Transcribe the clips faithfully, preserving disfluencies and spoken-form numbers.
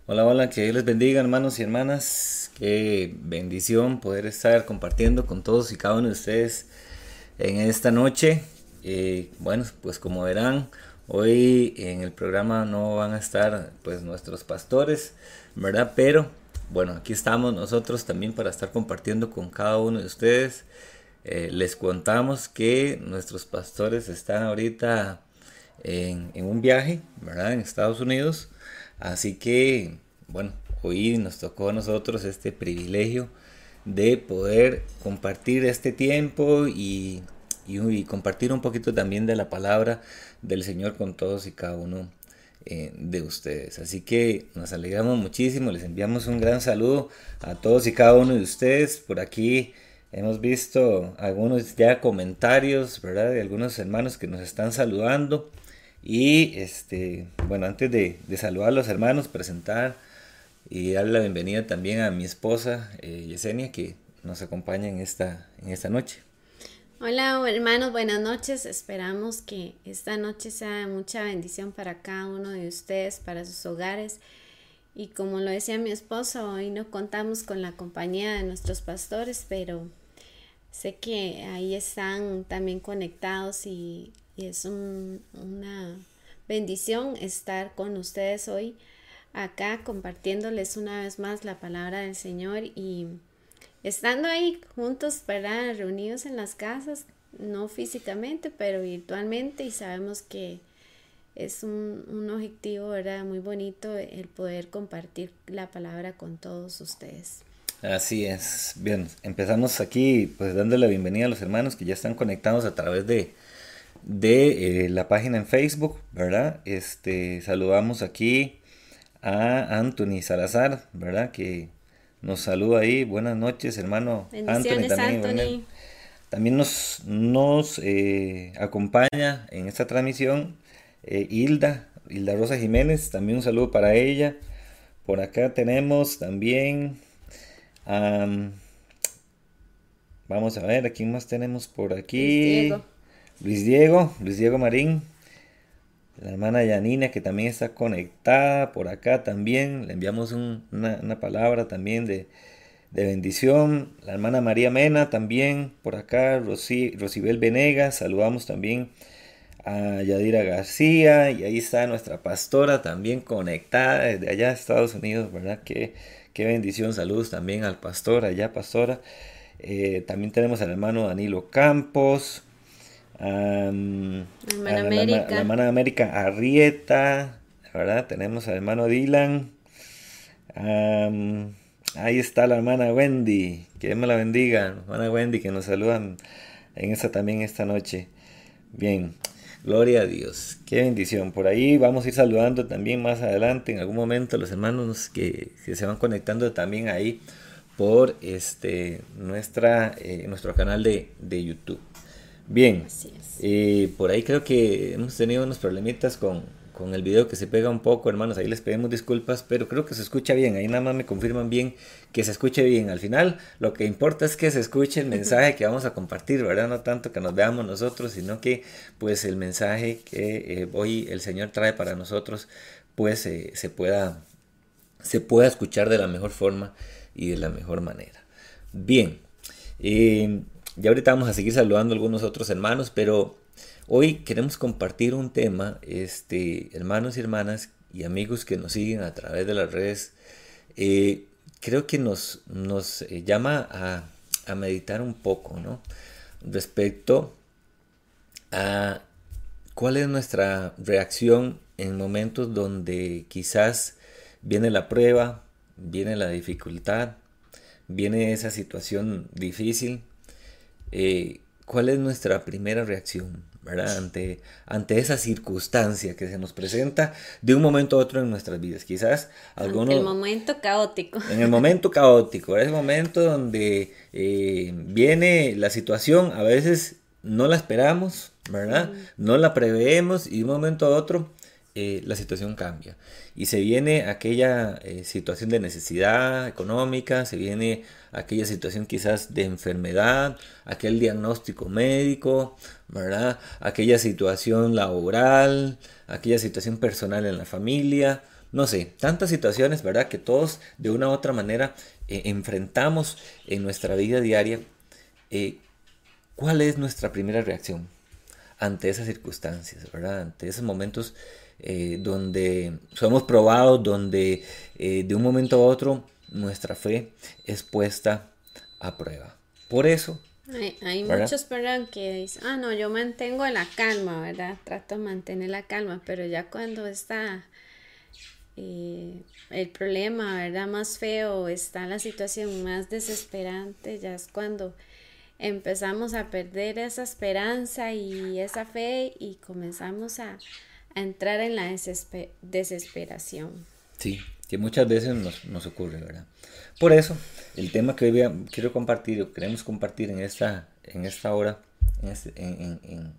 Hola, hola, que Dios les bendiga, hermanos y hermanas. Qué bendición poder estar compartiendo con todos y cada uno de ustedes en esta noche. Eh, bueno, pues como verán, hoy en el programa no van a estar pues nuestros pastores, ¿verdad? Pero bueno, aquí estamos nosotros también para estar compartiendo con cada uno de ustedes. Eh, les contamos que nuestros pastores están ahorita en, en un viaje, ¿verdad? En Estados Unidos. Así que, bueno, hoy nos tocó a nosotros este privilegio de poder compartir este tiempo y, y, y compartir un poquito también de la palabra del Señor con todos y cada uno eh, de ustedes. Así que nos alegramos muchísimo, les enviamos un gran saludo a todos y cada uno de ustedes. Por aquí hemos visto algunos ya comentarios, ¿verdad? De algunos hermanos que nos están saludando. Y este, bueno, antes de, de saludar a los hermanos, presentar y darle la bienvenida también a mi esposa eh, Yesenia, que nos acompaña en esta, en esta noche. Hola hermanos, buenas noches. Esperamos que esta noche sea de mucha bendición para cada uno de ustedes, para sus hogares. Y como lo decía mi esposo, hoy no contamos con la compañía de nuestros pastores, pero sé que ahí están también conectados y, y es un, una bendición estar con ustedes hoy acá compartiéndoles una vez más la palabra del Señor y estando ahí juntos, ¿verdad? Reunidos en las casas, no físicamente, pero virtualmente, y sabemos que es un, un objetivo, ¿verdad? Muy bonito el poder compartir la palabra con todos ustedes. Así es. Bien, empezamos aquí pues dando la bienvenida a los hermanos que ya están conectados a través de, de eh, la página en Facebook, ¿verdad? Este, saludamos aquí a Anthony Salazar, ¿verdad? Que nos saluda ahí. Buenas noches, hermano Anthony Bendiciones, también. Bueno, Anthony. también nos, nos eh, acompaña en esta transmisión eh, Hilda, Hilda Rosa Jiménez. También un saludo para ella. Por acá tenemos también, um, vamos a ver, ¿a quién más tenemos por Luis aquí? Diego. Luis Diego, Luis Diego Marín. La hermana Yanina que también está conectada por acá también. Le enviamos un, una, una palabra también de, de bendición. La hermana María Mena también por acá. Rosy, Rosibel Venegas. Saludamos también a Yadira García. Y ahí está nuestra pastora también conectada desde allá de Estados Unidos, ¿verdad? Qué, qué bendición. Saludos también al pastor allá, pastora. Eh, también tenemos al hermano Danilo Campos. Um, a Hermana la, la, la América. hermana América Arrieta, ¿verdad? Tenemos al hermano Dylan. Um, ahí está la hermana Wendy, que Dios me la bendiga, hermana Wendy, que nos saludan en esta también esta noche. Bien, gloria a Dios, qué bendición. Por ahí vamos a ir saludando también más adelante, en algún momento, los hermanos que, que se van conectando también ahí por este nuestra eh, nuestro canal de, de YouTube. Bien, Así es. eh, por ahí creo que hemos tenido unos problemitas con, con el video que se pega un poco, hermanos. Ahí les pedimos disculpas, pero creo que se escucha bien. Ahí nada más me confirman bien que se escuche bien. Al final, lo que importa es que se escuche el mensaje que vamos a compartir, ¿verdad? No tanto que nos veamos nosotros, sino que pues el mensaje que eh, hoy el Señor trae para nosotros, pues eh, se pueda, se pueda escuchar de la mejor forma y de la mejor manera. Bien. Eh, ya ahorita vamos a seguir saludando a algunos otros hermanos, pero hoy queremos compartir un tema, este, hermanos y hermanas y amigos que nos siguen a través de las redes. Eh, creo que nos, nos eh, llama a, a meditar un poco, ¿no? Respecto a cuál es nuestra reacción en momentos donde quizás viene la prueba, viene la dificultad, viene esa situación difícil. Eh, ¿Cuál es nuestra primera reacción, ¿verdad? Ante, ante esa circunstancia que se nos presenta de un momento a otro en nuestras vidas? Quizás Ante el alguno, momento caótico. en el momento caótico, ese momento donde eh, viene la situación, a veces no la esperamos, ¿verdad? Ujú. No la preveemos y de un momento a otro eh, la situación cambia. Y se viene aquella eh, situación de necesidad económica, se viene aquella situación quizás de enfermedad, aquel diagnóstico médico, ¿verdad? Aquella situación laboral, aquella situación personal en la familia, no sé, tantas situaciones, ¿verdad? Que todos de una u otra manera eh, enfrentamos en nuestra vida diaria. Eh, ¿Cuál es nuestra primera reacción ante esas circunstancias, ¿verdad? Ante esos momentos eh, donde somos probados, donde eh, de un momento a otro nuestra fe es puesta a prueba. Por eso, Hay, hay ¿verdad? muchos, ¿verdad? Que dicen, ah, no, yo mantengo la calma, ¿verdad? Trato de mantener la calma, pero ya cuando está eh, el problema, ¿verdad? Más feo, está la situación más desesperante, ya es cuando empezamos a perder esa esperanza y esa fe y comenzamos a, a entrar en la desesper- desesperación. Sí, que muchas veces nos, nos ocurre, ¿verdad? Por eso, el tema que hoy voy a- quiero compartir o queremos compartir en esta, en esta hora, en, este- en, en- en-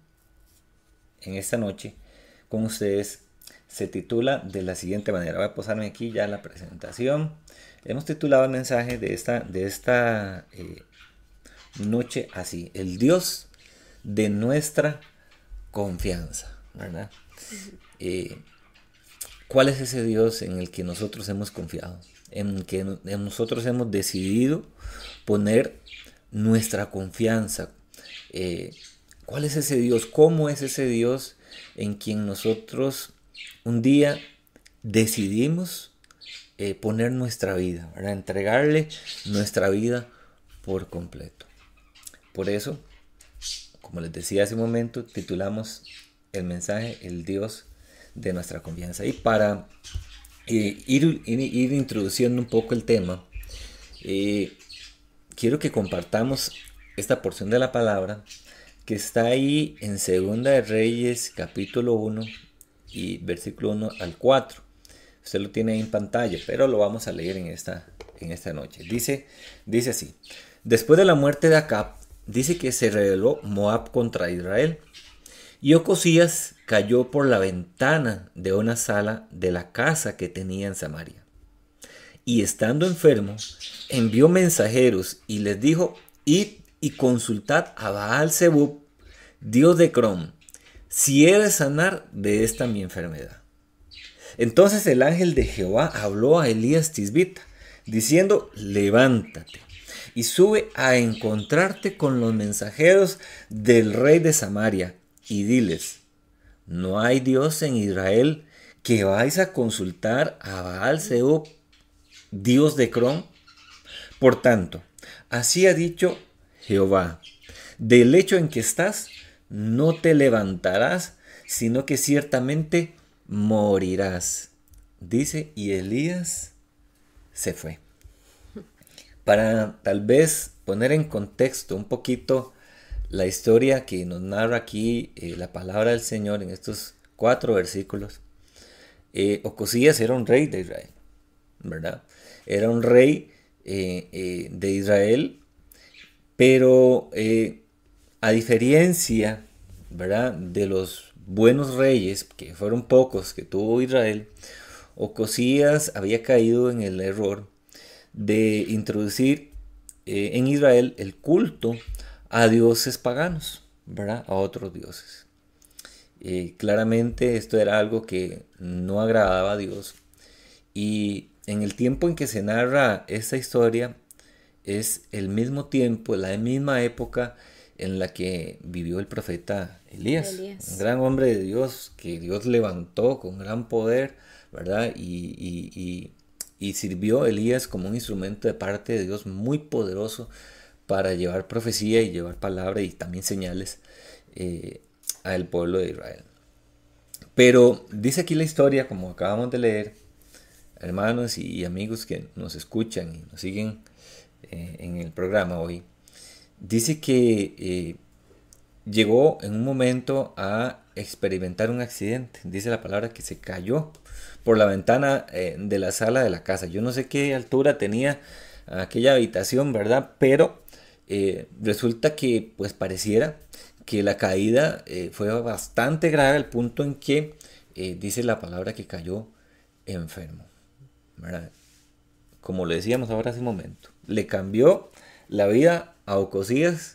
en esta noche con ustedes, se titula de la siguiente manera. Voy a posarme aquí ya la presentación. Hemos titulado el mensaje de esta, de esta eh, noche así: el Dios de nuestra confianza, ¿verdad? Eh, ¿Cuál es ese Dios en el que nosotros hemos confiado? En el que en nosotros hemos decidido poner nuestra confianza. Eh, ¿Cuál es ese Dios? ¿Cómo es ese Dios en quien nosotros un día decidimos eh, poner nuestra vida, ¿verdad? Entregarle nuestra vida por completo? Por eso, como les decía hace un momento, titulamos el mensaje El Dios de nuestra confianza. Y para eh, ir, ir, ir introduciendo un poco el tema, eh, quiero que compartamos esta porción de la palabra que está ahí en Segunda de Reyes capítulo uno y versículo uno al cuatro. Usted lo tiene ahí en pantalla, pero lo vamos a leer en esta, en esta noche. Dice, dice así: después de la muerte de Acab, dice que se rebeló Moab contra Israel. Y Ocosías cayó por la ventana de una sala de la casa que tenía en Samaria. Y estando enfermo, envió mensajeros y les dijo: id y consultad a Baal-Zebub, dios de Crom, si he de sanar de esta mi enfermedad. Entonces el ángel de Jehová habló a Elías Tisbita, diciendo: levántate y sube a encontrarte con los mensajeros del rey de Samaria, y diles: ¿no hay Dios en Israel que vais a consultar a Baal-Zebub, dios de Crom? Por tanto, así ha dicho Jehová: del lecho en que estás no te levantarás, sino que ciertamente morirás. Dice, y Elías se fue. Para tal vez poner en contexto un poquito la historia que nos narra aquí eh, la palabra del Señor en estos cuatro versículos, eh, Ocosías era un rey de Israel, ¿verdad? Era un rey eh, eh, de Israel, pero eh, a diferencia, ¿verdad?, de los buenos reyes, que fueron pocos que tuvo Israel, Ocosías había caído en el error de introducir eh, en Israel el culto a dioses paganos, ¿verdad?, a otros dioses. Eh, claramente esto era algo que no agradaba a Dios, y en el tiempo en que se narra esta historia es el mismo tiempo, la misma época en la que vivió el profeta Elías, Elías. un gran hombre de Dios que Dios levantó con gran poder, ¿verdad? Y, y, y, y sirvió Elías como un instrumento de parte de Dios muy poderoso para llevar profecía y llevar palabra y también señales eh, al pueblo de Israel. Pero dice aquí la historia, como acabamos de leer, hermanos y amigos que nos escuchan y nos siguen eh, en el programa hoy, dice que eh, llegó en un momento a experimentar un accidente. Dice la palabra que se cayó por la ventana eh, de la sala de la casa. Yo no sé qué altura tenía aquella habitación, ¿verdad? Pero eh, resulta que pues pareciera que la caída eh, fue bastante grave al punto en que eh, dice la palabra que cayó enfermo, ¿verdad? Como le decíamos ahora hace un momento, le cambió la vida a Ocosías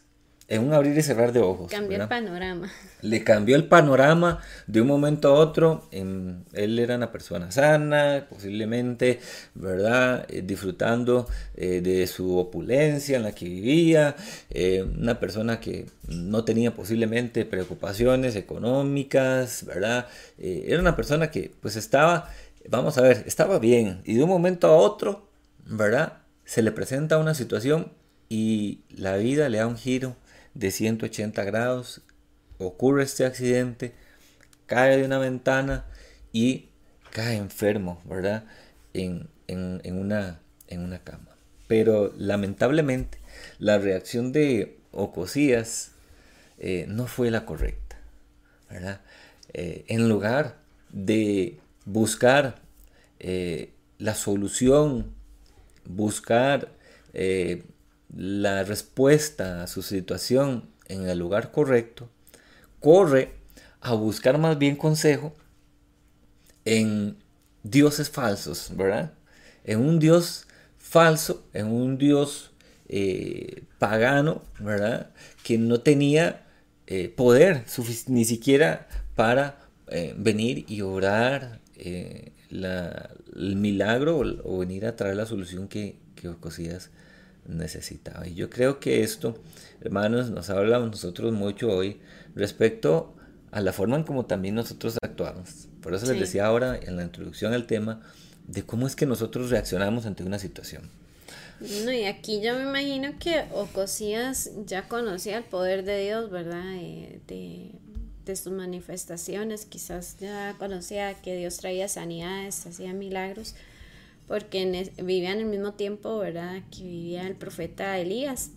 en un abrir y cerrar de ojos. Cambió ¿verdad? el panorama. Le cambió el panorama de un momento a otro. En, él era una persona sana, posiblemente, ¿verdad? Eh, disfrutando eh, de su opulencia en la que vivía. Eh, una persona que no tenía posiblemente preocupaciones económicas, ¿verdad? Eh, era una persona que pues estaba, vamos a ver, estaba bien. Y de un momento a otro, ¿verdad? Se le presenta una situación y la vida le da un giro de ciento ochenta grados, ocurre este accidente, cae de una ventana y cae enfermo, ¿verdad? En, en, en, una, en una cama. Pero lamentablemente la reacción de Ocosías eh, no fue la correcta, ¿verdad? Eh, en lugar de buscar eh, la solución, buscar eh, la respuesta a su situación en el lugar correcto, corre a buscar más bien consejo en dioses falsos, ¿verdad? En un dios falso, en un dios eh, pagano, ¿verdad? Que no tenía eh, poder ni siquiera para eh, venir y orar eh, la, el milagro o, o venir a traer la solución que, que Ocosías necesitaba. Y yo creo que esto, hermanos, nos habla a nosotros mucho hoy respecto a la forma en como también nosotros actuamos. Por eso les Sí. decía ahora en la introducción al tema de cómo es que nosotros reaccionamos ante una situación. No, y aquí yo me imagino que Ocosías ya conocía el poder de Dios, ¿verdad? Eh, de, de sus manifestaciones, quizás ya conocía que Dios traía sanidades, hacía milagros, porque en es- vivía en el mismo tiempo, ¿verdad? Que vivía el profeta Elías.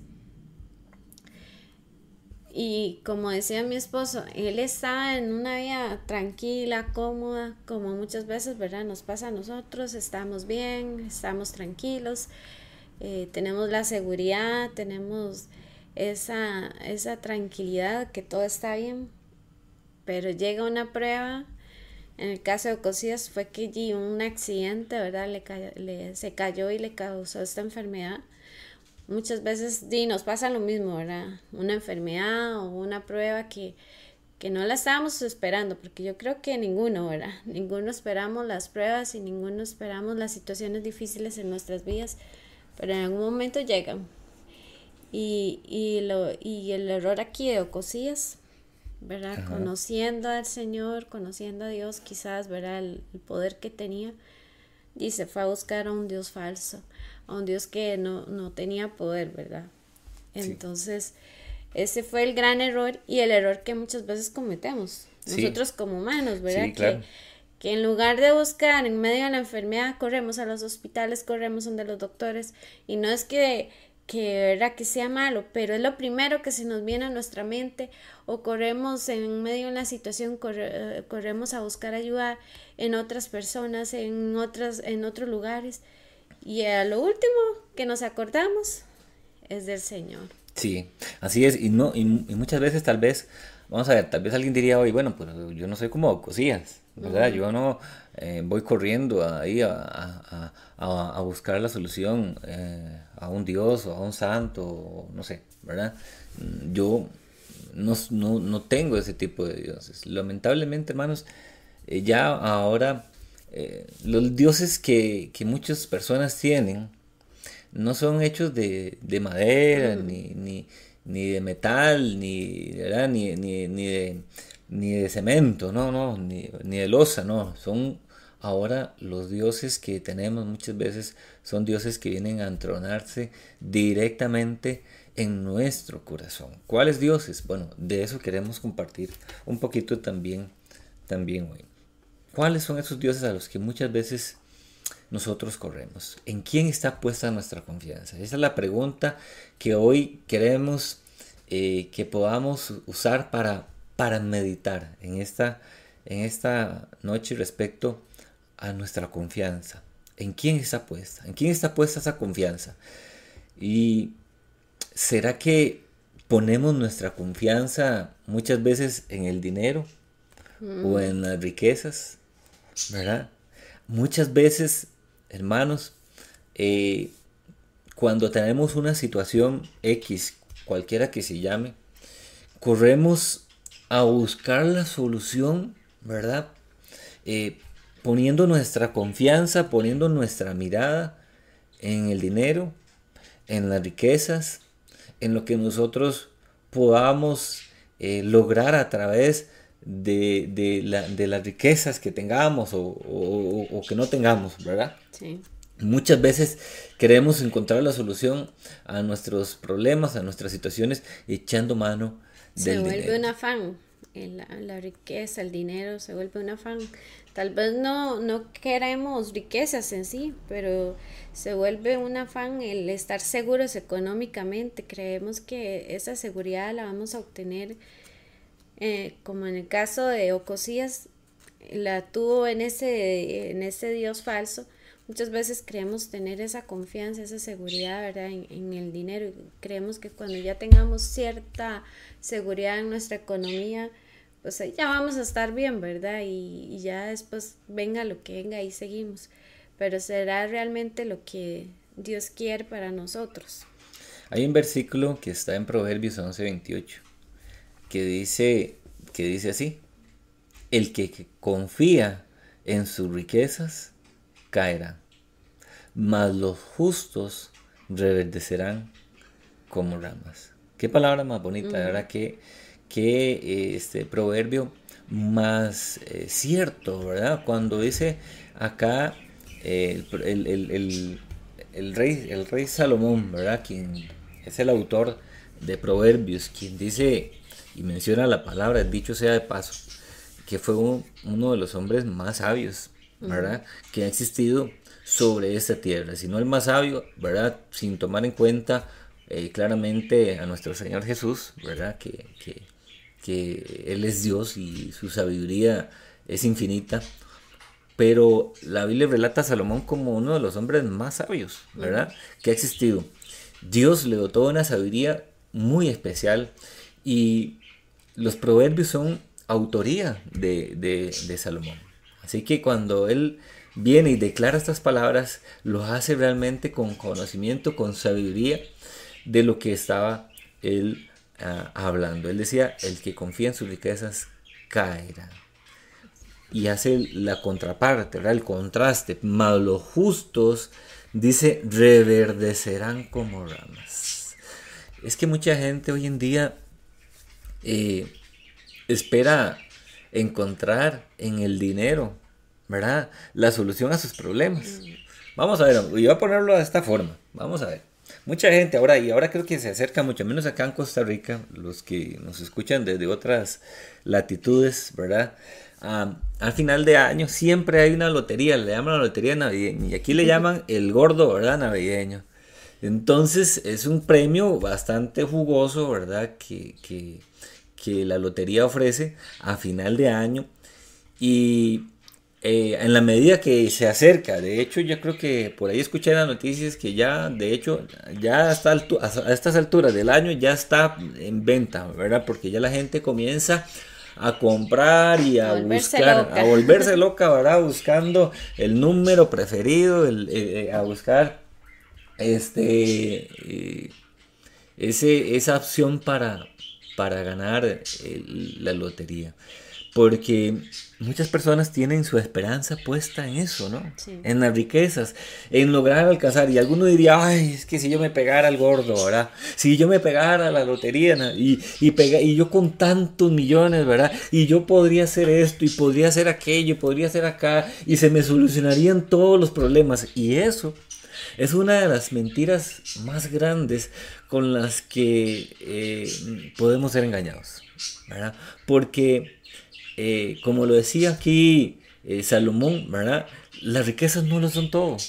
Y como decía mi esposo, él estaba en una vida tranquila, cómoda, como muchas veces, ¿verdad? Nos pasa a nosotros, estamos bien, estamos tranquilos, eh, tenemos la seguridad, tenemos esa, esa tranquilidad que todo está bien, pero llega una prueba. En el caso de Ocosías fue que allí un accidente, ¿verdad? Le, cayó- le- se cayó y le causó esta enfermedad. Muchas veces di, nos pasa lo mismo, ¿verdad? Una enfermedad o una prueba que, que no la estábamos esperando, porque yo creo que ninguno, ¿verdad? Ninguno esperamos las pruebas y ninguno esperamos las situaciones difíciles en nuestras vidas, pero en algún momento llegan. Y, y, lo, y el error aquí de Ocosías, ¿verdad? Ajá. Conociendo al Señor, conociendo a Dios, quizás, ¿verdad? El, el poder que tenía, y se fue a buscar a un Dios falso, a un Dios que no, no tenía poder, ¿verdad? Sí, Entonces, ese fue el gran error y el error que muchas veces cometemos, sí, nosotros como humanos, ¿verdad? sí, Que, claro. que en lugar de buscar en medio de la enfermedad, corremos a los hospitales, corremos donde los doctores, y no es que, que, ¿verdad? Que sea malo, pero es lo primero que se nos viene a nuestra mente, o corremos en medio de una situación, corre, corremos a buscar ayuda en otras personas, en, otras, en otros lugares, y a lo último que nos acordamos es del Señor. Sí, así es, y no, y, y muchas veces tal vez, vamos a ver, tal vez alguien diría hoy, bueno, pues yo no soy como Cosías, ¿verdad? Ujú. Yo no eh, voy corriendo ahí a, a- a- a buscar la solución eh, a un Dios o a un santo, o no sé, ¿verdad? Mm, Yo no, no, no tengo ese tipo de dioses. Lamentablemente, hermanos, eh, ya ahora eh, los dioses que, que muchas personas tienen, no son hechos de, de madera, Ujú. ni, ni, ni de metal, ni, ¿verdad? Ni, ni, ni de, ni de cemento, no, no, ni, ni de losa, no. Son ahora los dioses que tenemos muchas veces, son dioses que vienen a entronarse directamente en nuestro corazón. ¿Cuáles dioses? Bueno, de eso queremos compartir un poquito también, también hoy. ¿Cuáles son esos dioses a los que muchas veces nosotros corremos? ¿En quién está puesta nuestra confianza? Esa es la pregunta que hoy queremos eh, que podamos usar para, para meditar en esta, en esta noche respecto a nuestra confianza. ¿En quién está puesta? ¿En quién está puesta esa confianza? ¿Y será que ponemos nuestra confianza muchas veces en el dinero o Mm, en las riquezas? ¿Verdad? Muchas veces, hermanos, eh, cuando tenemos una situación X, cualquiera que se llame, corremos a buscar la solución, ¿verdad? Eh, poniendo nuestra confianza, poniendo nuestra mirada en el dinero, en las riquezas, en lo que nosotros podamos eh, lograr a través de, de, la, de las riquezas que tengamos o, o, o que no tengamos, ¿verdad? Sí. Muchas veces queremos encontrar la solución a nuestros problemas, a nuestras situaciones, echando mano Se del vuelve dinero. un afán, la, la riqueza, el dinero se vuelve un afán. Tal vez no, no queremos riquezas en sí, pero se vuelve un afán el estar seguros económicamente. Creemos que esa seguridad la vamos a obtener, eh, como en el caso de Ocosías, la tuvo en ese, en ese Dios falso. Muchas veces creemos tener esa confianza, esa seguridad, ¿verdad? En, en el dinero. Creemos que cuando ya tengamos cierta seguridad en nuestra economía, pues ahí ya vamos a estar bien, ¿verdad? Y, y ya después venga lo que venga y seguimos. Pero será realmente lo que Dios quiere para nosotros. Hay un versículo que está en Proverbios once veintiocho que dice, que dice así: el que, que confía en sus riquezas caerá, mas los justos reverdecerán como ramas. Qué palabra más bonita, uh-huh. ¿Verdad? Qué, qué este proverbio más eh, cierto, ¿verdad? Cuando dice acá eh, el, el, el, el, rey, el rey Salomón, ¿verdad? Quien es el autor de Proverbios, quien dice y menciona la palabra, dicho sea de paso, que fue un, uno de los hombres más sabios, ¿verdad? Uh-huh. Que ha existido sobre esta tierra, si no el más sabio, ¿verdad? Sin tomar en cuenta eh, claramente a nuestro Señor Jesús, ¿verdad? Que, que, que Él es Dios y su sabiduría es infinita, pero la Biblia relata a Salomón como uno de los hombres más sabios, ¿verdad? Uh-huh. Que ha existido. Dios le dotó una sabiduría muy especial y los proverbios son autoría de, de, de Salomón. Así que cuando él viene y declara estas palabras, lo hace realmente con conocimiento, con sabiduría de lo que estaba él uh, hablando. Él decía, el que confía en sus riquezas caerá. Y hace la contraparte, ¿verdad? El contraste. Mas los justos, dice, reverdecerán como ramas. Es que mucha gente hoy en día eh, espera encontrar en el dinero, ¿verdad?, la solución a sus problemas. Vamos a ver, yo voy a ponerlo de esta forma. Vamos a ver. Mucha gente ahora, y ahora creo que se acerca mucho menos acá en Costa Rica, los que nos escuchan desde otras latitudes, ¿verdad? Um, al final de año siempre hay una lotería, le llaman la lotería navideña, y aquí le llaman el gordo, ¿verdad?, navideño. Entonces es un premio bastante jugoso, ¿verdad?, que, que, que la lotería ofrece a final de año. Y eh, en la medida que se acerca, de hecho yo creo que por ahí escuché las noticias que ya, de hecho, ya hasta altu- a estas alturas del año ya está en venta, ¿verdad? Porque ya la gente comienza a comprar y a, a buscar, loca. a volverse loca, ¿verdad? Buscando el número preferido, el, eh, a buscar este eh, ese, esa opción para, para ganar el, la lotería. Porque muchas personas tienen su esperanza puesta en eso, ¿no? Sí. En las riquezas, en lograr alcanzar. Y alguno diría, ay, es que si yo me pegara al gordo, ¿verdad? Si yo me pegara a la lotería y, y, pega, y yo con tantos millones, ¿verdad? Y yo podría hacer esto y podría hacer aquello y podría hacer acá y se me solucionarían todos los problemas. Y eso es una de las mentiras más grandes con las que eh, podemos ser engañados, ¿verdad? Porque Eh, como lo decía aquí eh, Salomón, ¿verdad? Las riquezas no lo son todo.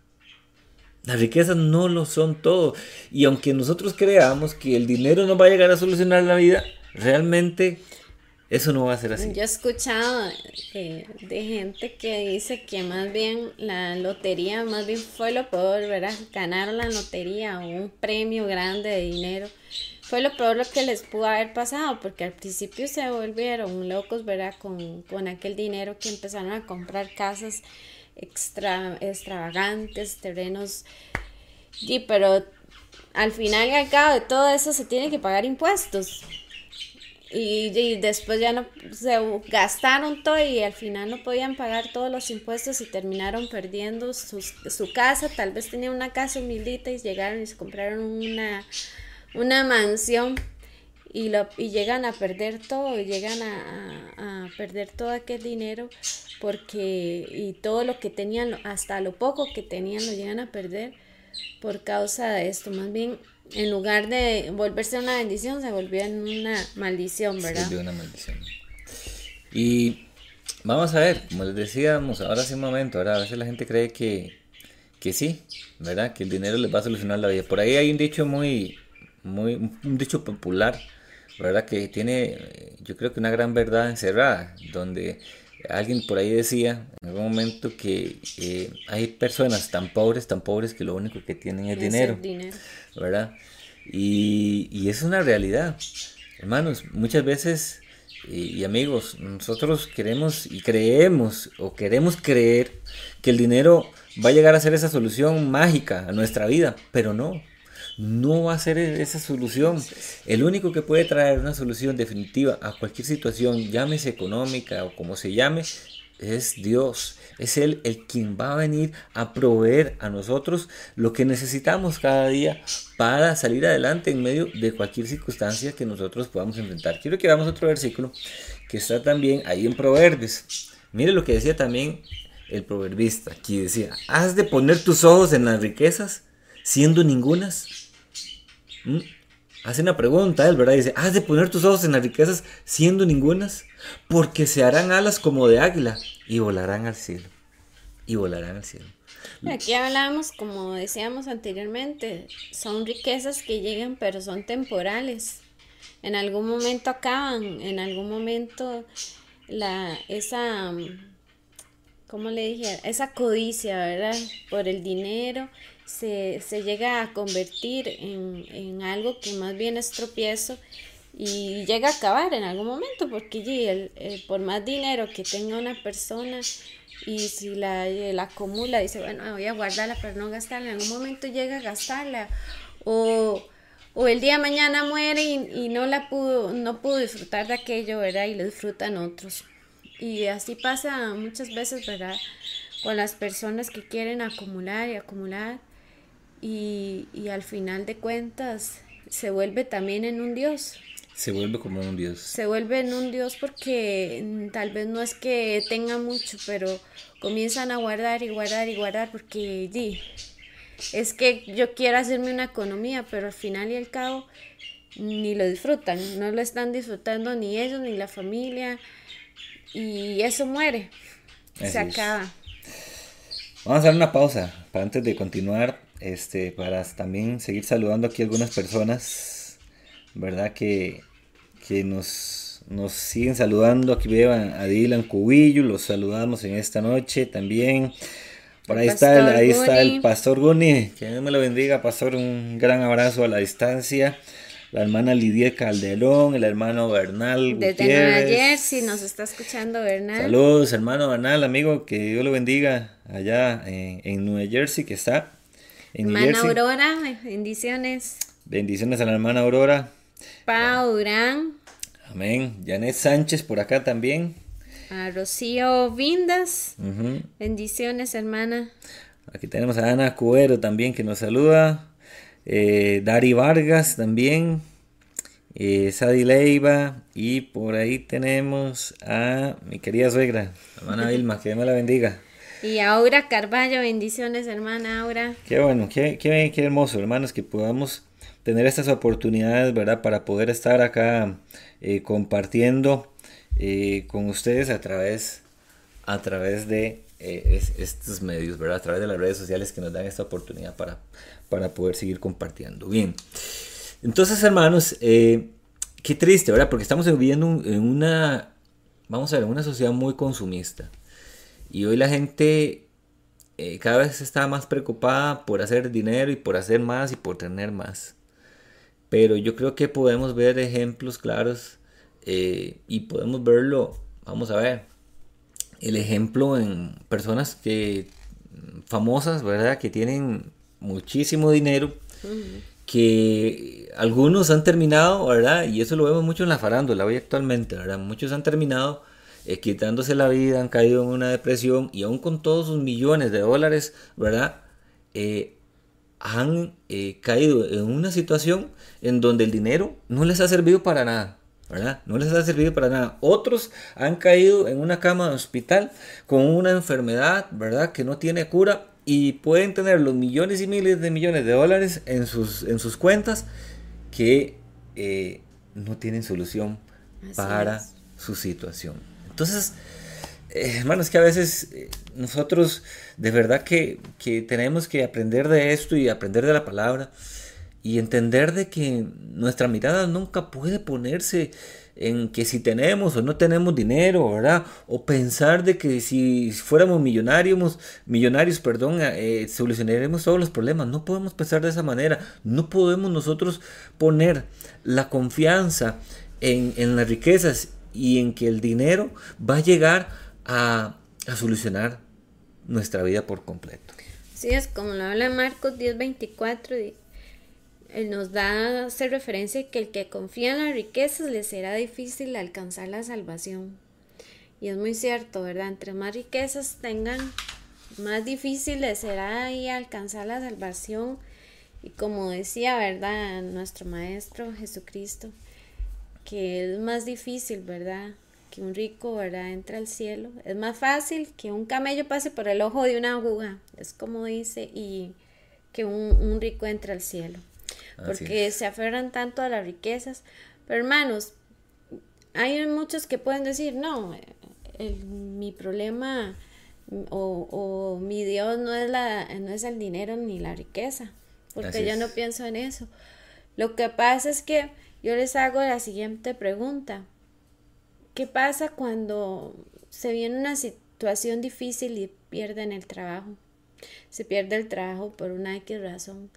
Las riquezas no lo son todo. Y aunque nosotros creamos que el dinero nos va a llegar a solucionar la vida, realmente eso no va a ser así. Yo he escuchado eh, de gente que dice que más bien la lotería, más bien fue lo peor, ¿verdad? Ganaron la lotería o un premio grande de dinero. Fue lo peor lo que les pudo haber pasado, porque al principio se volvieron locos, ¿verdad? Con, con aquel dinero que empezaron a comprar casas extra, extravagantes, terrenos, y pero al final y al cabo de todo eso se tiene que pagar impuestos. Y, y después ya no se gastaron todo y al final no podían pagar todos los impuestos y terminaron perdiendo sus, su casa. Tal vez tenían una casa humildita y llegaron y se compraron una, una mansión y, lo, y llegan a perder todo, y llegan a, a, a perder todo aquel dinero porque y todo lo que tenían, hasta lo poco que tenían lo llegan a perder por causa de esto. Más bien, en lugar de volverse una bendición, se volvió en una maldición, ¿verdad? Se volvió una maldición. Y vamos a ver, como les decíamos, ahora sí un momento, ahora a veces la gente cree que, que sí, ¿verdad? Que el dinero les va a solucionar la vida. Por ahí hay un dicho muy, muy, un dicho popular, ¿verdad? Que tiene, yo creo que una gran verdad encerrada, donde alguien por ahí decía en algún momento que eh, hay personas tan pobres, tan pobres que lo único que tienen es, es dinero, dinero, ¿verdad? Y, y es una realidad, hermanos, muchas veces, y, y amigos, nosotros queremos y creemos o queremos creer que el dinero va a llegar a ser esa solución mágica a nuestra vida, pero no. No va a ser esa solución. El único que puede traer una solución definitiva a cualquier situación, llámese económica o como se llame, es Dios. Es Él el quien va a venir a proveer a nosotros lo que necesitamos cada día para salir adelante en medio de cualquier circunstancia que nosotros podamos enfrentar. Quiero que veamos otro versículo que está también ahí en Proverbios. Mire lo que decía también el proverbista. Aquí decía, has de poner tus ojos en las riquezas, siendo ningunas. ¿Mm? Hace una pregunta él, ¿verdad? Dice, has de poner tus ojos en las riquezas siendo ningunas, porque se harán alas como de águila y volarán al cielo. Y volarán al cielo. Aquí hablábamos, como decíamos anteriormente, son riquezas que llegan pero son temporales. En algún momento acaban, en algún momento la esa, ¿cómo le dije? Esa codicia, ¿verdad? Por el dinero. Se, se llega a convertir en, en algo que más bien es tropiezo y llega a acabar en algún momento, porque el, el, por más dinero que tenga una persona y si la, la acumula, dice, bueno, voy a guardarla pero no gastarla, en algún momento llega a gastarla o, o el día de mañana muere y, y no la pudo, no pudo disfrutar de aquello, ¿verdad? Y lo disfrutan otros. Y así pasa muchas veces, ¿verdad? Con las personas que quieren acumular y acumular. Y, y al final de cuentas se vuelve también en un Dios. Se vuelve como un Dios. Se vuelve en un Dios porque tal vez no es que tenga mucho, pero comienzan a guardar y guardar y guardar porque di, es que yo quiero hacerme una economía, pero al final y al cabo ni lo disfrutan, no lo están disfrutando ni ellos ni la familia y eso muere, Así se acaba. Es. Vamos a dar una pausa para antes de continuar. Este, para también seguir saludando aquí a algunas personas, ¿verdad? Que, que nos, nos siguen saludando. Aquí veo a, a Dylan Cubillo, los saludamos en esta noche también. Por ahí está, el, ahí está el Pastor Guni, que Dios me lo bendiga, Pastor, un gran abrazo a la distancia. La hermana Lidia Calderón, el hermano Bernal Desde Gutiérrez. Nueva Jersey nos está escuchando Bernal. Saludos, hermano Bernal, amigo, que Dios lo bendiga allá en, en Nueva Jersey, que está. Hermana Aurora, bendiciones. Bendiciones a la hermana Aurora. Pau Durán. Amén. Janet Sánchez por acá también. A Rocío Vindas. Uh-huh. Bendiciones, hermana. Aquí tenemos a Ana Cuero también que nos saluda. Eh, Dari Vargas también. Eh, Sadi Leiva. Y por ahí tenemos a mi querida suegra, hermana Vilma, que Dios me la bendiga. Y Aura Carballo, bendiciones, hermana Aura. Qué bueno, qué, qué, qué hermoso, hermanos, que podamos tener estas oportunidades, ¿verdad? Para poder estar acá eh, compartiendo eh, con ustedes a través, a través de eh, es, estos medios, ¿verdad? A través de las redes sociales que nos dan esta oportunidad para, para poder seguir compartiendo. Bien, entonces, hermanos, eh, qué triste, ¿verdad? Porque estamos viviendo en una, vamos a ver, una sociedad muy consumista. Y hoy la gente eh, cada vez está más preocupada por hacer dinero y por hacer más y por tener más. Pero yo creo que podemos ver ejemplos claros eh, y podemos verlo, vamos a ver, el ejemplo en personas que famosas, ¿verdad? Que tienen muchísimo dinero, uh-huh. que algunos han terminado, ¿verdad? Y eso lo vemos mucho en la farándula hoy actualmente, ¿verdad? Muchos han terminado eh, quitándose la vida, han caído en una depresión y aún con todos sus millones de dólares, ¿verdad? Eh, han eh, caído en una situación en donde el dinero no les ha servido para nada, ¿verdad? No les ha servido para nada. Otros han caído en una cama de hospital con una enfermedad, ¿verdad? Que no tiene cura y pueden tener los millones y miles de millones de dólares en sus, en sus cuentas que eh, no tienen solución Así para es. su situación. Entonces, eh, hermanos, que a veces eh, nosotros de verdad que, que tenemos que aprender de esto y aprender de la palabra y entender de que nuestra mirada nunca puede ponerse en que si tenemos o no tenemos dinero, ¿verdad? O pensar de que si fuéramos millonarios, millonarios, perdón, eh, solucionaremos todos los problemas. No podemos pensar de esa manera. No podemos nosotros poner la confianza en, en las riquezas y en que el dinero va a llegar a, a solucionar nuestra vida por completo. Sí, es como lo habla Marcos diez veinticuatro, él nos da, hace referencia que el que confía en las riquezas le será difícil alcanzar la salvación. Y es muy cierto, ¿verdad? Entre más riquezas tengan, más difícil les será ahí alcanzar la salvación. Y como decía, ¿verdad? Nuestro Maestro Jesucristo, que es más difícil, ¿verdad? Que un rico, ¿verdad? Entre al cielo. Es más fácil que un camello pase por el ojo de una aguja. Es como dice, y que un, un rico entre al cielo. Porque se aferran tanto a las riquezas. Pero hermanos, hay muchos que pueden decir, no, el, mi problema o, o mi Dios no es, la, no es el dinero ni la riqueza, porque Así yo es. no pienso en eso. Lo que pasa es que yo les hago la siguiente pregunta. ¿Qué pasa cuando se viene una situación difícil y pierden el trabajo? Se pierde el trabajo por una X razón.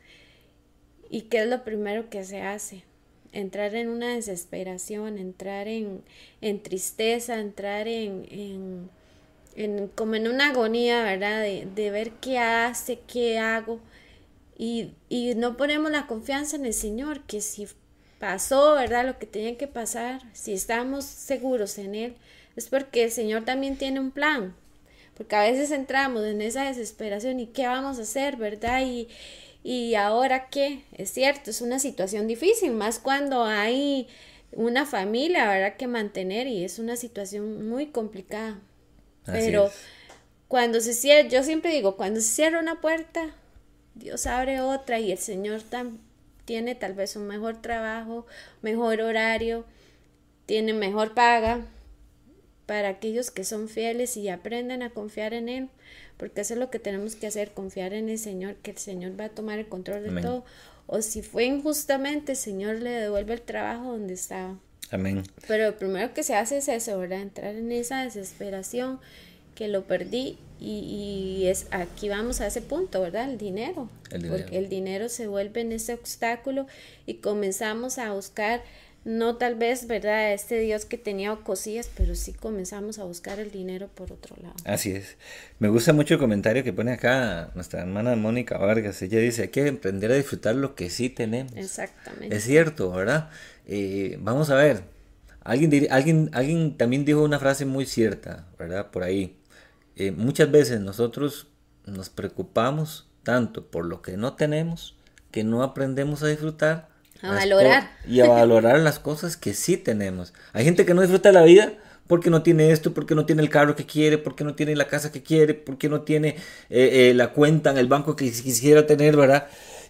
¿Y qué es lo primero que se hace? Entrar en una desesperación, entrar en, en tristeza, entrar en, en, en como en una agonía, ¿verdad? De, de ver qué hace, qué hago. Y, y no ponemos la confianza en el Señor, que si pasó, ¿verdad? Lo que tenía que pasar, si estamos seguros en Él, es porque el Señor también tiene un plan. Porque a veces entramos en esa desesperación y ¿qué vamos a hacer, verdad? Y ¿Y ahora qué? Es cierto, es una situación difícil, más cuando hay una familia, ¿verdad?, que mantener y es una situación muy complicada. Así Pero es. Cuando se cierra, yo siempre digo, cuando se cierra una puerta, Dios abre otra y el Señor tam, tiene tal vez un mejor trabajo, mejor horario, tiene mejor paga para aquellos que son fieles y aprenden a confiar en Él. Porque eso es lo que tenemos que hacer, confiar en el Señor, que el Señor va a tomar el control de Amén. todo. O si fue injustamente, el Señor le devuelve el trabajo donde estaba. Amén. Pero lo primero que se hace es eso, ¿verdad? Entrar en esa desesperación, que lo perdí. Y, y es aquí vamos a ese punto, ¿verdad? El dinero. El dinero. Porque el dinero se vuelve en ese obstáculo y comenzamos a buscar... No tal vez, ¿verdad? Este Dios que tenía cosillas, pero sí comenzamos a buscar el dinero por otro lado. Así es. Me gusta mucho el comentario que pone acá nuestra hermana Mónica Vargas. Ella dice, hay que aprender a disfrutar lo que sí tenemos. Exactamente. Es cierto, ¿verdad? Eh, vamos a ver. Alguien, dir- alguien, alguien también dijo una frase muy cierta, ¿verdad? Por ahí. Eh, muchas veces nosotros nos preocupamos tanto por lo que no tenemos que no aprendemos a disfrutar a valorar co- y a valorar las cosas que sí tenemos. Hay gente que no disfruta la vida porque no tiene esto, porque no tiene el carro que quiere, porque no tiene la casa que quiere, porque no tiene eh, eh, la cuenta en el banco que quisiera tener, ¿verdad?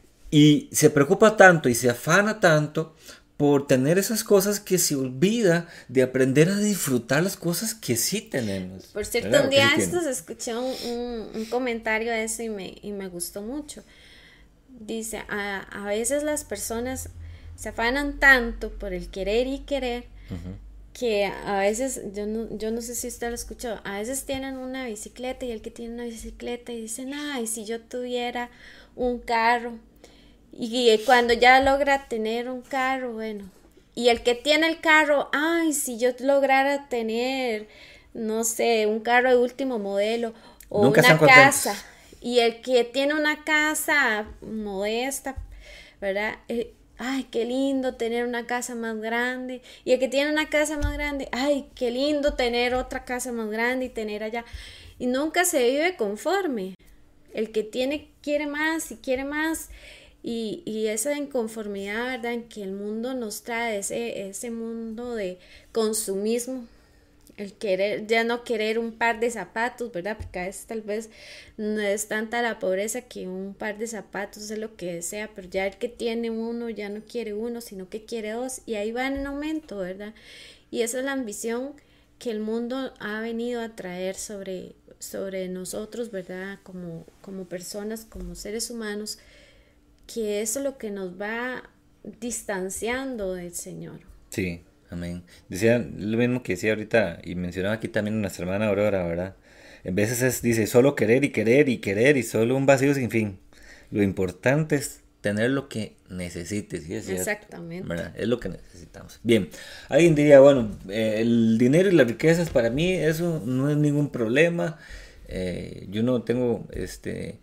Y se preocupa tanto y se afana tanto por tener esas cosas que se olvida de aprender a disfrutar las cosas que sí tenemos. Por cierto, ¿verdad? Un día estos escuché un, un, un comentario de eso y me, y me gustó mucho. Dice, a, a veces las personas se afanan tanto por el querer y querer uh-huh. que a veces, yo no, yo no sé si usted lo escuchó, a veces tienen una bicicleta y el que tiene una bicicleta y dicen, ay, si yo tuviera un carro, y cuando ya logra tener un carro, bueno, y el que tiene el carro, ay, si yo lograra tener, no sé, un carro de último modelo o Nunca una casa, y el que tiene una casa modesta, ¿verdad? Eh, ay, qué lindo tener una casa más grande. Y el que tiene una casa más grande, ay, qué lindo tener otra casa más grande y tener allá. Y nunca se vive conforme. El que tiene quiere más y quiere más. Y, y esa inconformidad, ¿verdad? En que el mundo nos trae, ese, ese mundo de consumismo. El querer, ya no querer un par de zapatos, ¿verdad? Porque a veces tal vez no es tanta la pobreza que un par de zapatos es lo que desea, pero ya el que tiene uno ya no quiere uno, sino que quiere dos, y ahí va en aumento, ¿verdad? Y esa es la ambición que el mundo ha venido a traer sobre, sobre nosotros, ¿verdad? Como, como personas, como seres humanos, que eso es lo que nos va distanciando del Señor. Sí. Amén. Decía lo mismo que decía ahorita y mencionaba aquí también nuestra hermana Aurora, ¿verdad? En veces es, dice, solo querer y querer y querer y solo un vacío sin fin. Lo importante es tener lo que necesites, ¿sí? Es cierto, exactamente. ¿verdad? Es lo que necesitamos. Bien, alguien diría, bueno, eh, el dinero y las riquezas para mí eso no es ningún problema. Eh, yo no tengo este...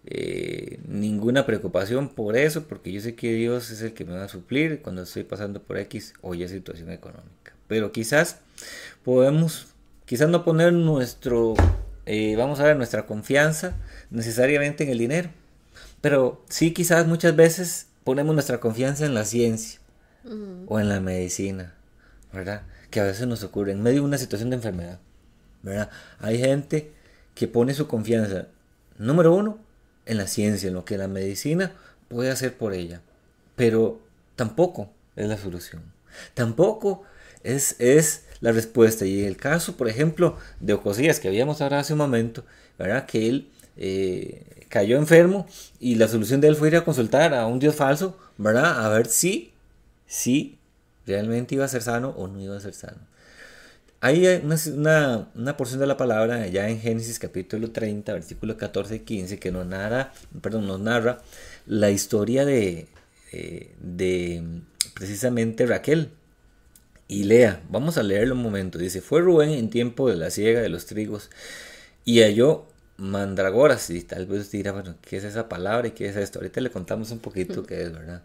Eh, ninguna preocupación por eso, porque yo sé que Dios es el que me va a suplir cuando estoy pasando por X o Y situación económica. Pero quizás podemos, quizás no poner nuestro, eh, vamos a ver, nuestra confianza necesariamente en el dinero, pero sí quizás muchas veces ponemos nuestra confianza en la ciencia uh-huh. o en la medicina, ¿verdad? Que a veces nos ocurre en medio de una situación de enfermedad, ¿verdad? Hay gente que pone su confianza, número uno, en la ciencia, en lo que la medicina puede hacer por ella, pero tampoco es la solución, tampoco es, es la respuesta. Y en el caso, por ejemplo, de Ocosías, que habíamos hablado hace un momento, ¿verdad? Que él eh, cayó enfermo y la solución de él fue ir a consultar a un Dios falso, ¿verdad? A ver si, si realmente iba a ser sano o no iba a ser sano. Hay una, una, una porción de la palabra ya en Génesis capítulo treinta, versículos catorce y quince, que nos narra, perdón, nos narra la historia de, de, de precisamente Raquel y Lea. Vamos a leerlo un momento. Dice, fue Rubén en tiempo de la siega de los trigos y halló mandragoras. Y tal vez usted dirá, bueno, ¿qué es esa palabra y qué es esto? Ahorita le contamos un poquito qué es, ¿verdad?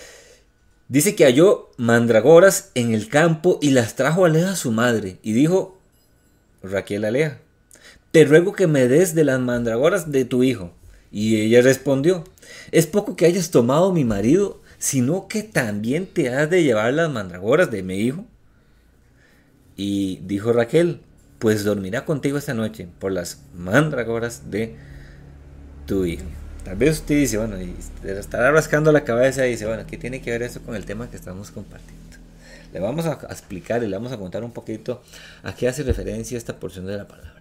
Dice que halló mandragoras en el campo y las trajo a Lea su madre. Y dijo Raquel a Lea, te ruego que me des de las mandragoras de tu hijo. Y ella respondió, es poco que hayas tomado mi marido, sino que también te has de llevar las mandragoras de mi hijo. Y dijo Raquel, pues dormirá contigo esta noche por las mandragoras de tu hijo. Tal vez usted dice, bueno, y estará rascando la cabeza y dice, bueno, ¿qué tiene que ver eso con el tema que estamos compartiendo? Le vamos a explicar y le vamos a contar un poquito a qué hace referencia esta porción de la palabra.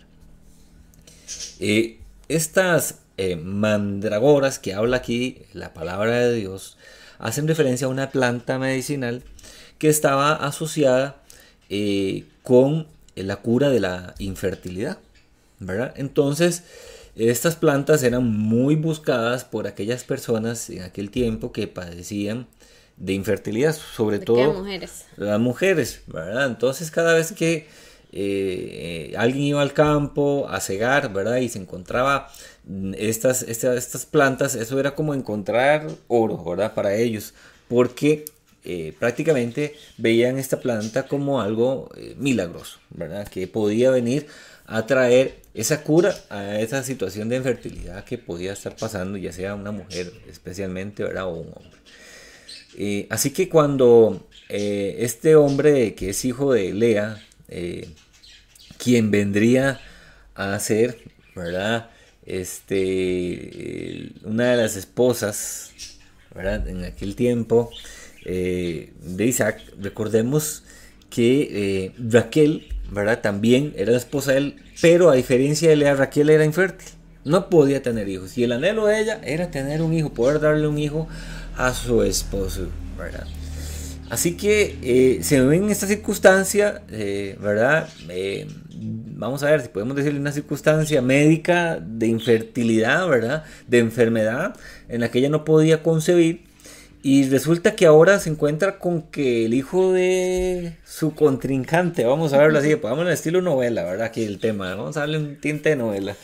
Eh, estas eh, mandragoras que habla aquí la palabra de Dios hacen referencia a una planta medicinal que estaba asociada eh, con la cura de la infertilidad, ¿verdad? Entonces, estas plantas eran muy buscadas por aquellas personas en aquel tiempo que padecían de infertilidad, sobre ¿De todo qué mujeres? Las mujeres, ¿verdad? Entonces cada vez que eh, eh, alguien iba al campo a cegar, ¿verdad? Y se encontraba estas, estas, estas plantas, eso era como encontrar oro, ¿verdad? Para ellos, porque eh, prácticamente veían esta planta como algo eh, milagroso, ¿verdad? Que podía venir a traer esa cura a esa situación de infertilidad que podía estar pasando, ya sea una mujer especialmente, ¿verdad? O un hombre. Eh, así que cuando eh, este hombre que es hijo de Lea, eh, quien vendría a ser, ¿verdad? Este, eh, una de las esposas, ¿verdad? En aquel tiempo eh, de Isaac, recordemos que eh, Raquel, ¿verdad? También era la esposa de él, pero a diferencia de Lea, Raquel era infértil, no podía tener hijos, y el anhelo de ella era tener un hijo, poder darle un hijo a su esposo, ¿verdad? Así que eh, se ven en esta circunstancia, eh, ¿verdad? Eh, vamos a ver si podemos decirle una circunstancia médica de infertilidad, ¿verdad? De enfermedad en la que ella no podía concebir. Y resulta que ahora se encuentra con que el hijo de su contrincante, vamos a verlo así, pongámoslo en estilo novela, ¿verdad? Aquí el tema, vamos a darle un tinte de novela,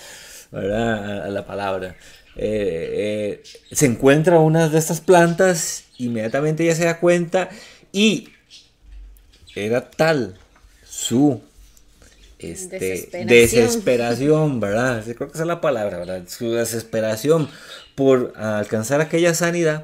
¿verdad? A, a la palabra. Eh, eh, se encuentra una de estas plantas, inmediatamente ella se da cuenta y era tal su este, Desesperación. desesperación, ¿verdad? Creo que esa es la palabra, ¿verdad? Su desesperación por alcanzar aquella sanidad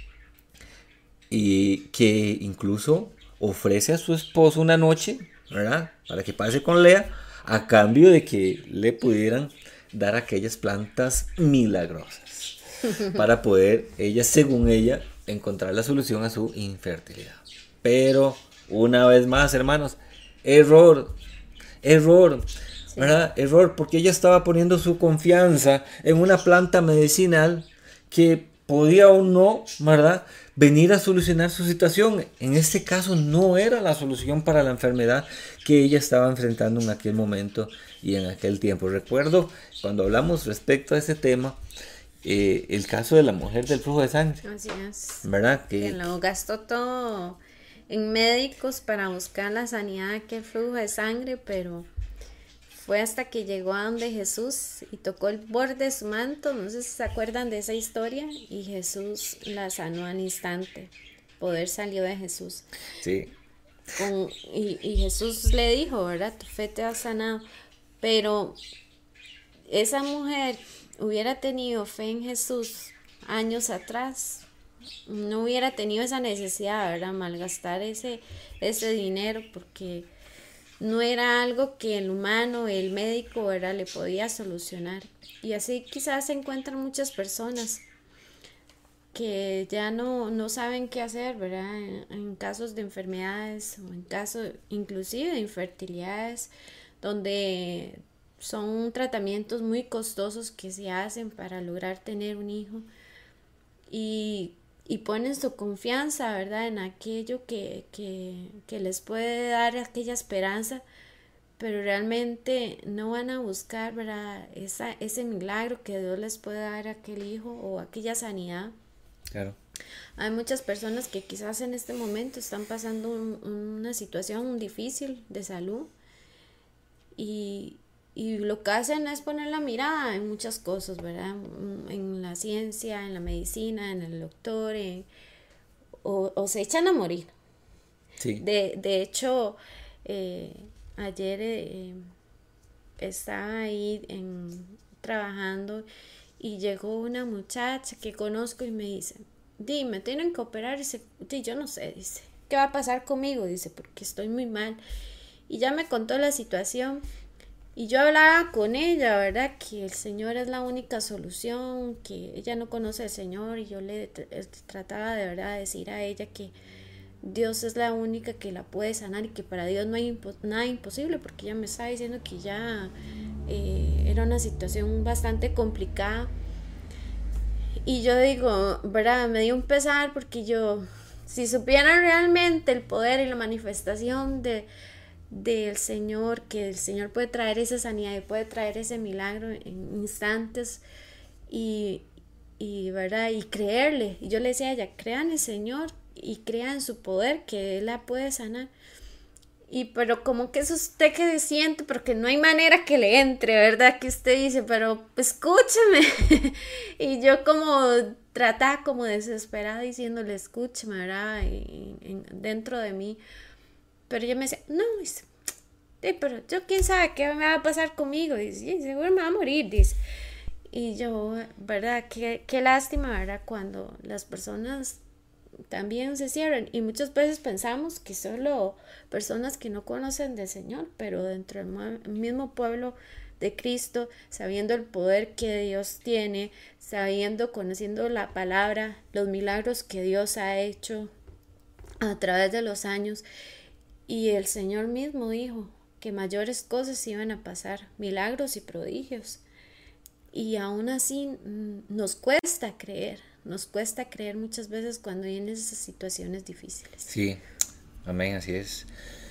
y que incluso ofrece a su esposo una noche, ¿verdad? Para que pase con Lea a cambio de que le pudieran dar aquellas plantas milagrosas para poder ella, según ella, encontrar la solución a su infertilidad. Pero una vez más, hermanos, error, error, sí. ¿verdad? Error, porque ella estaba poniendo su confianza en una planta medicinal que podía o no, ¿verdad?, venir a solucionar su situación. En este caso no era la solución para la enfermedad que ella estaba enfrentando en aquel momento y en aquel tiempo. Recuerdo cuando hablamos respecto a ese tema, eh, el caso de la mujer del flujo de sangre. Así es. ¿Verdad? Que, que lo gastó todo en médicos para buscar la sanidad de aquel flujo de sangre, pero fue hasta que llegó a donde Jesús y tocó el borde de su manto, no sé si se acuerdan de esa historia, y Jesús la sanó al instante. Poder salió de Jesús. Sí. Con, y, y Jesús le dijo, ¿verdad? Tu fe te ha sanado. Pero esa mujer hubiera tenido fe en Jesús años atrás, no hubiera tenido esa necesidad, ¿verdad? Malgastar ese, ese dinero, porque no era algo que el humano, el médico, ¿verdad?, le podía solucionar. Y así quizás se encuentran muchas personas que ya no, no saben qué hacer, ¿verdad? En, en casos de enfermedades o en casos inclusive de infertilidades, donde son tratamientos muy costosos que se hacen para lograr tener un hijo. Y y ponen su confianza, ¿verdad?, en aquello que, que, que les puede dar aquella esperanza, pero realmente no van a buscar, ¿verdad?, Esa, ese milagro que Dios les puede dar a aquel hijo o aquella sanidad. Claro. Hay muchas personas que quizás en este momento están pasando un, una situación difícil de salud y Y lo que hacen es poner la mirada en muchas cosas, ¿verdad? En la ciencia, en la medicina, en el doctor, en, o, o se echan a morir. Sí. De, de hecho, eh, ayer eh, estaba ahí en, trabajando y llegó una muchacha que conozco y me dice, di, me tienen que operar. Y dice, di, yo no sé, dice, ¿qué va a pasar conmigo? Dice, porque estoy muy mal. Y ya me contó la situación. Y yo hablaba con ella, ¿verdad?, que el Señor es la única solución, que ella no conoce al Señor, y yo le trataba de verdad de decir a ella que Dios es la única que la puede sanar y que para Dios no hay impo- nada imposible, porque ella me estaba diciendo que ya eh, era una situación bastante complicada. Y yo digo, ¿verdad?, me dio un pesar porque yo, si supieran realmente el poder y la manifestación de del Señor, que el Señor puede traer esa sanidad y puede traer ese milagro en instantes y, y verdad, y creerle. Y yo le decía a ella, crean en el Señor y crean en su poder, que Él la puede sanar. Y pero como que eso usted que siente, porque no hay manera que le entre, ¿verdad? Que usted dice, pero escúchame. Y yo como trataba como desesperada diciéndole, escúchame, ¿verdad? Y, y, dentro de mí. Pero ella me decía, no, dice, pero yo quién sabe qué me va a pasar conmigo. Dice, seguro me va a morir, dice. Y yo, ¿verdad? Qué, qué lástima, ¿verdad? Cuando las personas también se cierran. Y muchas veces pensamos que solo personas que no conocen del Señor, pero dentro del mismo pueblo de Cristo, sabiendo el poder que Dios tiene, sabiendo, conociendo la palabra, los milagros que Dios ha hecho a través de los años. Y el Señor mismo dijo que mayores cosas iban a pasar, milagros y prodigios. Y aún así nos cuesta creer, nos cuesta creer muchas veces cuando vienen esas situaciones difíciles. Sí, amén, así es.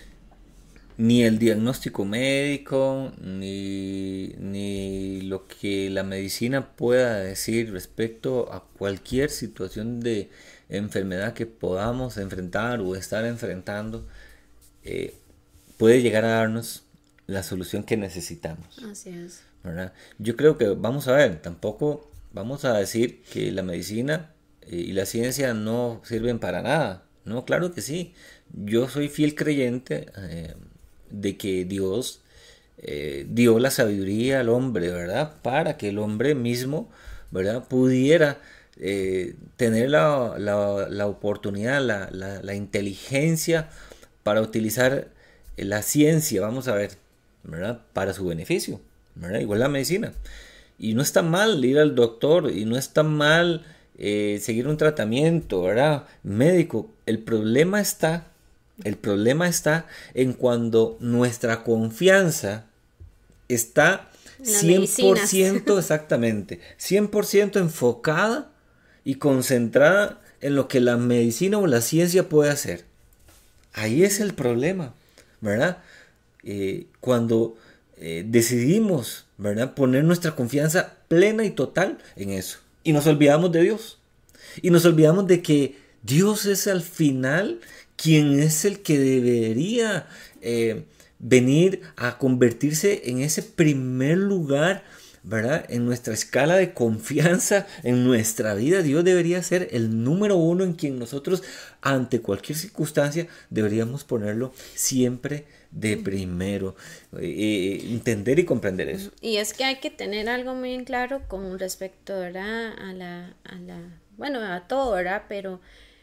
Ni el diagnóstico médico, ni, ni lo que la medicina pueda decir respecto a cualquier situación de enfermedad que podamos enfrentar o estar enfrentando, Eh, puede llegar a darnos la solución que necesitamos. Así es. ¿Verdad? Yo creo que, vamos a ver, tampoco vamos a decir que la medicina eh, y la ciencia no sirven para nada. No, claro que sí. Yo soy fiel creyente eh, de que Dios eh, dio la sabiduría al hombre, ¿verdad? Para que el hombre mismo, ¿verdad? Pudiera eh, tener la, la, la oportunidad, la, la, la inteligencia para utilizar la ciencia, vamos a ver, ¿verdad? Para su beneficio, ¿verdad? Igual la medicina. Y no está mal ir al doctor, y no está mal eh, seguir un tratamiento, ¿verdad? Médico. El problema está, el problema está en cuando nuestra confianza está cien por ciento exactamente, cien por ciento enfocada y concentrada en lo que la medicina o la ciencia puede hacer. Ahí es el problema, ¿verdad? Eh, cuando eh, decidimos, ¿verdad?, poner nuestra confianza plena y total en eso. Y nos olvidamos de Dios. Y nos olvidamos de que Dios es al final quien es el que debería eh, venir a convertirse en ese primer lugar, ¿verdad? En nuestra escala de confianza, en nuestra vida. Dios debería ser el número uno en quien nosotros, ante cualquier circunstancia, deberíamos ponerlo siempre de primero. Eh, entender y comprender eso. Y es que hay que tener algo muy en claro con respecto, ¿verdad?, a la, a la, bueno, a todo, ¿verdad? Pero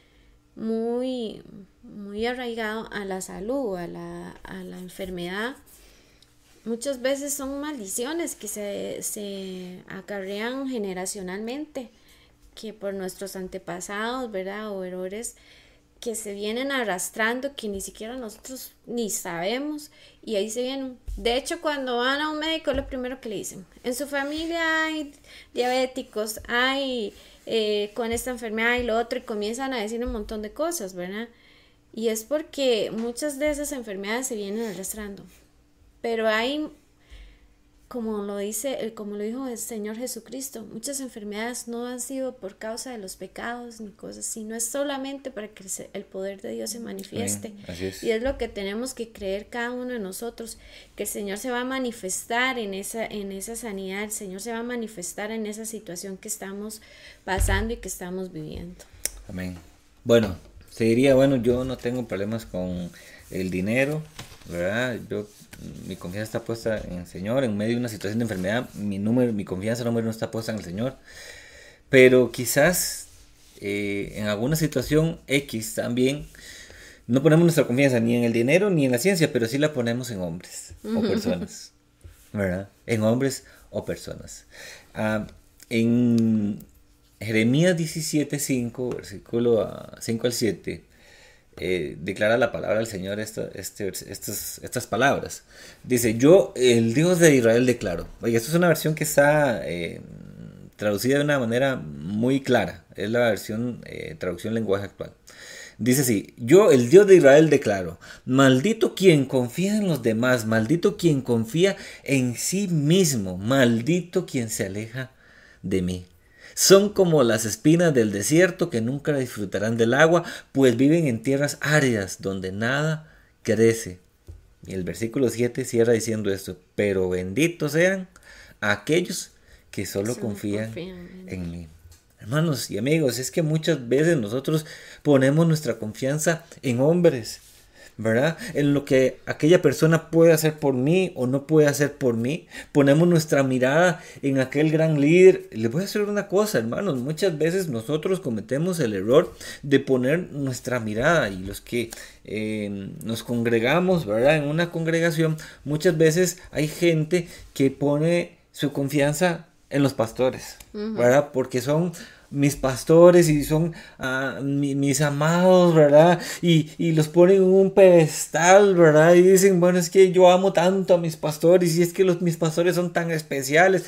muy, muy arraigado a la salud, a la, a la enfermedad. Muchas veces son maldiciones que se, se acarrean generacionalmente, que por nuestros antepasados, ¿verdad?, o errores que se vienen arrastrando, que ni siquiera nosotros ni sabemos, y ahí se vienen. De hecho, cuando van a un médico, es lo primero que le dicen: en su familia hay diabéticos, hay eh, con esta enfermedad y lo otro, y comienzan a decir un montón de cosas, ¿verdad? Y es porque muchas de esas enfermedades se vienen arrastrando. Pero hay, como lo dice, como lo dijo el Señor Jesucristo, muchas enfermedades no han sido por causa de los pecados ni cosas, sino es solamente para que el poder de Dios se manifieste. Bien, así es. Y es lo que tenemos que creer cada uno de nosotros, que el Señor se va a manifestar en esa, en esa sanidad, el Señor se va a manifestar en esa situación que estamos pasando y que estamos viviendo. Amén. Bueno, se diría, bueno, yo no tengo problemas con el dinero, ¿verdad? Yo, mi confianza está puesta en el Señor. En medio de una situación de enfermedad, mi número, mi confianza número no está puesta en el Señor. Pero quizás eh, en alguna situación X también no ponemos nuestra confianza ni en el dinero ni en la ciencia, pero sí la ponemos en hombres o personas, ¿verdad? En hombres o personas. Uh, en Jeremías diecisiete cinco, versículo cinco al siete, Eh, declara la palabra del Señor esta, este, estas, estas palabras. Dice: yo, el Dios de Israel, declaro. Oye, esto es una versión que está eh, traducida de una manera muy clara. Es la versión, eh, traducción lenguaje actual. Dice así: yo, el Dios de Israel, declaro: maldito quien confía en los demás, maldito quien confía en sí mismo, maldito quien se aleja de mí. Son como las espinas del desierto que nunca disfrutarán del agua, pues viven en tierras áridas donde nada crece. Y el versículo siete cierra diciendo esto: pero benditos sean aquellos que solo sí, confían, confían en mí. Hermanos y amigos, es que muchas veces nosotros ponemos nuestra confianza en hombres, ¿verdad? En lo que aquella persona puede hacer por mí o no puede hacer por mí. Ponemos nuestra mirada en aquel gran líder. Les voy a decir una cosa, hermanos. Muchas veces nosotros cometemos el error de poner nuestra mirada, y los que eh, nos congregamos, ¿verdad?, en una congregación, muchas veces hay gente que pone su confianza en los pastores, uh-huh. ¿verdad? Porque son mis pastores y son uh, mi, mis amados, ¿verdad? Y, y los ponen en un pedestal, ¿verdad? Y dicen: bueno, es que yo amo tanto a mis pastores, y es que los, mis pastores son tan especiales.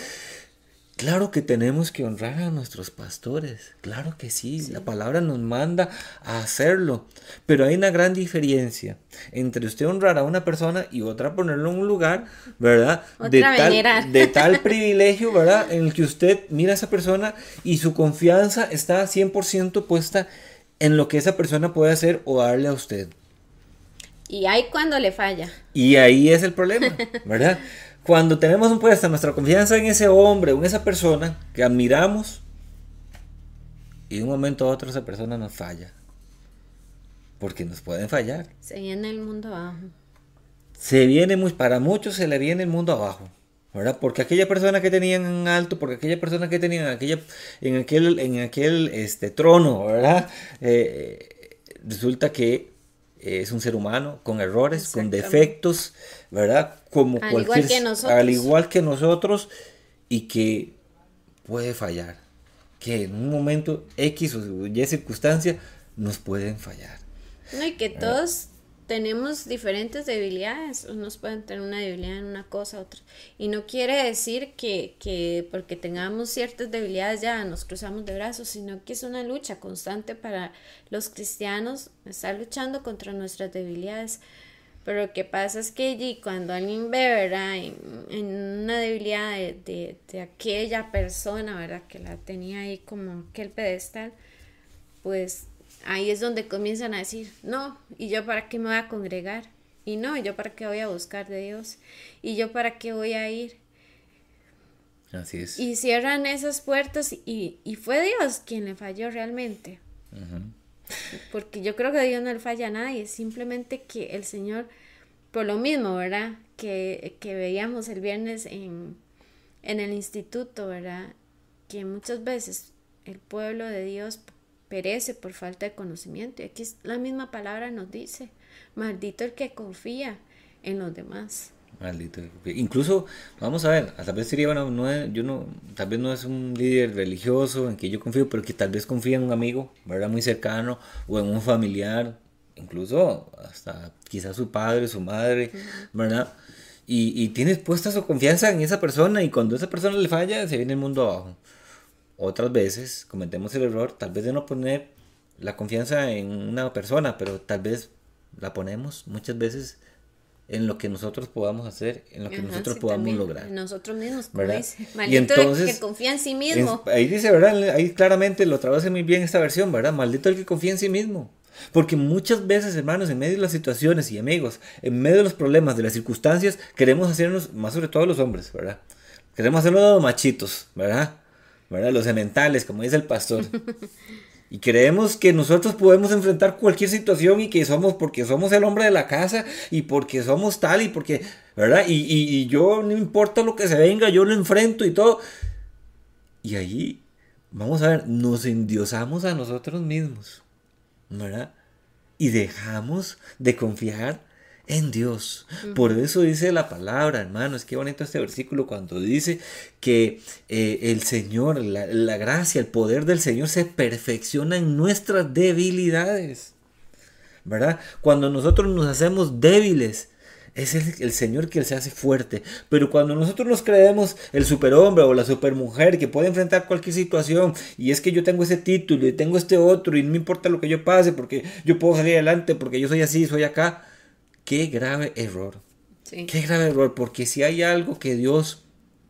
Claro que tenemos que honrar a nuestros pastores, claro que sí, sí, la palabra nos manda a hacerlo, pero hay una gran diferencia entre usted honrar a una persona y otra ponerlo en un lugar, ¿verdad? De tal, de tal privilegio, ¿verdad?, en el que usted mira a esa persona y su confianza está cien por ciento puesta en lo que esa persona puede hacer o darle a usted. Y ahí cuando le falla. Y ahí es el problema, ¿verdad? Cuando tenemos puesta nuestra confianza en ese hombre o en esa persona que admiramos y de un momento a otro esa persona nos falla. Porque nos pueden fallar. Se viene el mundo abajo. Se viene muy, para muchos se le viene el mundo abajo, ¿verdad? Porque aquella persona que tenían en alto, porque aquella persona que tenían en aquella, en aquel, en aquel este trono, ¿verdad? Eh, resulta que es un ser humano con errores, con defectos, ¿verdad? Como al cualquier, igual que nosotros. Al igual que nosotros, y que puede fallar, que en un momento X o Y circunstancia nos pueden fallar. No, y que todos tenemos diferentes debilidades. Unos pueden tener una debilidad en una cosa, otra. Y no quiere decir que, que porque tengamos ciertas debilidades ya nos cruzamos de brazos, sino que es una lucha constante para los cristianos, estar luchando contra nuestras debilidades. Pero lo que pasa es que y cuando alguien ve, ¿verdad?, en, en una debilidad de, de, de aquella persona, ¿verdad?, que la tenía ahí como aquel pedestal, pues ahí es donde comienzan a decir, no, ¿y yo para qué me voy a congregar? Y no, ¿y yo para qué voy a buscar de Dios? ¿Y yo para qué voy a ir? Así es. Y cierran esas puertas y, y fue Dios quien le falló realmente. Uh-huh. Porque yo creo que Dios no le falla a nadie, simplemente que el Señor, por lo mismo, ¿verdad? Que, que veíamos el viernes en, en el instituto, ¿verdad? Que muchas veces el pueblo de Dios perece por falta de conocimiento. Y aquí la misma palabra nos dice, maldito el que confía en los demás. Maldito. Incluso, vamos a ver, tal vez sería, bueno, no es, yo no, tal vez no es un líder religioso en que yo confío, pero que tal vez confía en un amigo, ¿verdad? Muy cercano, o en un familiar, incluso hasta quizás su padre, su madre, ¿verdad? Y, y tienes puesta su confianza en esa persona, y cuando esa persona le falla, se viene el mundo abajo. Otras veces cometemos el error, tal vez de no poner la confianza en una persona, pero tal vez la ponemos muchas veces en lo que nosotros podamos hacer, en lo que Ajá, nosotros sí, podamos lograr. En nosotros mismos, como ¿verdad? Dice. Maldito el que confía en sí mismo. Es, ahí dice, ¿verdad? Ahí claramente lo traduce muy bien esta versión, ¿verdad? Maldito el que confía en sí mismo. Porque muchas veces, hermanos, en medio de las situaciones y amigos, en medio de los problemas, de las circunstancias, queremos hacernos, más sobre todo los hombres, ¿verdad? Queremos hacernos los machitos, ¿verdad? ¿verdad? Los sementales, como dice el pastor. Y creemos que nosotros podemos enfrentar cualquier situación y que somos, porque somos el hombre de la casa y porque somos tal y porque, ¿verdad? Y, y, y yo, no importa lo que se venga, yo lo enfrento y todo. Y ahí, vamos a ver, nos endiosamos a nosotros mismos, ¿verdad? Y dejamos de confiar en Dios. Uh-huh. Por eso dice la palabra, hermanos, qué bonito este versículo cuando dice que eh, el Señor, la, la gracia, el poder del Señor se perfecciona en nuestras debilidades, ¿verdad? Cuando nosotros nos hacemos débiles, es el, el Señor quien se hace fuerte. Pero cuando nosotros nos creemos el superhombre o la supermujer que puede enfrentar cualquier situación, y es que yo tengo ese título y tengo este otro y no me importa lo que yo pase porque yo puedo salir adelante porque yo soy así, soy acá. Qué grave error. Sí. Qué grave error, porque si hay algo que Dios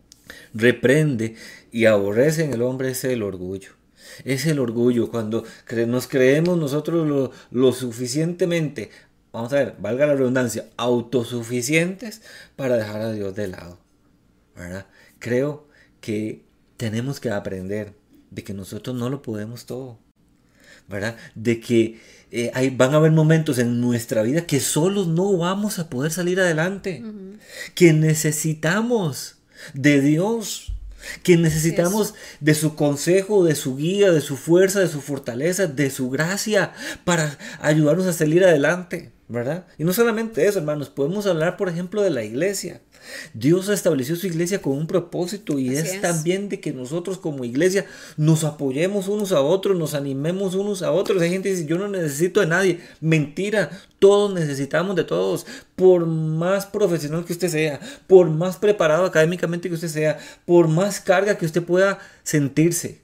reprende y aborrece en el hombre es el orgullo. Es el orgullo cuando cre- nos creemos nosotros lo, lo suficientemente, vamos a ver, valga la redundancia, autosuficientes para dejar a Dios de lado, ¿verdad? Creo que tenemos que aprender de que nosotros no lo podemos todo, ¿verdad? De que eh, hay, van a haber momentos en nuestra vida que solos no vamos a poder salir adelante, uh-huh. que necesitamos de Dios, que necesitamos eso. De su consejo, de su guía, de su fuerza, de su fortaleza, de su gracia para ayudarnos a salir adelante, ¿verdad? Y no solamente eso, hermanos, podemos hablar, por ejemplo, de la iglesia. Dios estableció su iglesia con un propósito y es, es también de que nosotros como iglesia nos apoyemos unos a otros, nos animemos unos a otros. Hay gente que dice, yo no necesito de nadie. Mentira, todos necesitamos de todos. Por más profesional que usted sea, por más preparado académicamente que usted sea, por más carga que usted pueda sentirse,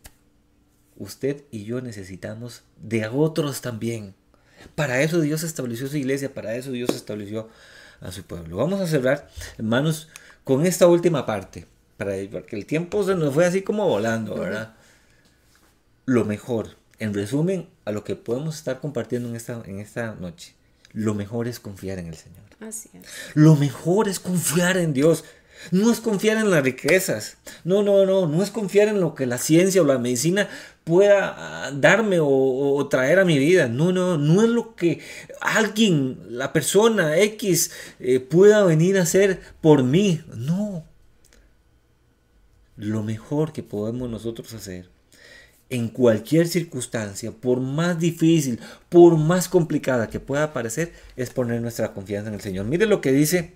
usted y yo necesitamos de otros también. Para eso Dios estableció su iglesia, para eso Dios estableció a su pueblo. Vamos a cerrar, hermanos, con esta última parte, para, porque el tiempo se nos fue así como volando, ¿verdad? Uh-huh. Lo mejor, en resumen, a lo que podemos estar compartiendo en esta, en esta noche, lo mejor es confiar en el Señor. Así es. Lo mejor es confiar en Dios. No es confiar en las riquezas. No, no, no. No es confiar en lo que la ciencia o la medicina pueda darme o, o traer a mi vida. No, no. No es lo que alguien, la persona X, eh, pueda venir a hacer por mí. No. Lo mejor que podemos nosotros hacer en cualquier circunstancia, por más difícil, por más complicada que pueda parecer, es poner nuestra confianza en el Señor. Mire lo que dice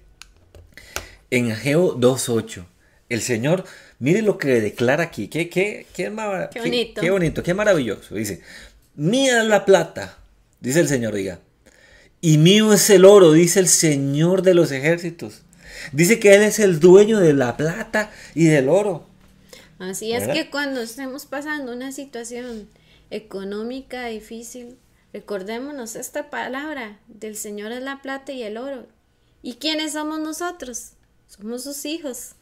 en Ageo dos ocho. El Señor, mire lo que declara aquí. Qué, qué, qué, mar- Qué qué- bonito. qué bonito, qué maravilloso. Dice, mía es la plata, dice el Señor, diga. Y mío es el oro, dice el Señor de los ejércitos. Dice que Él es el dueño de la plata y del oro. Así es ¿Verdad? que cuando estemos pasando una situación económica difícil, recordémonos esta palabra del Señor es la plata y el oro. ¿Y quiénes somos nosotros? Somos sus hijos.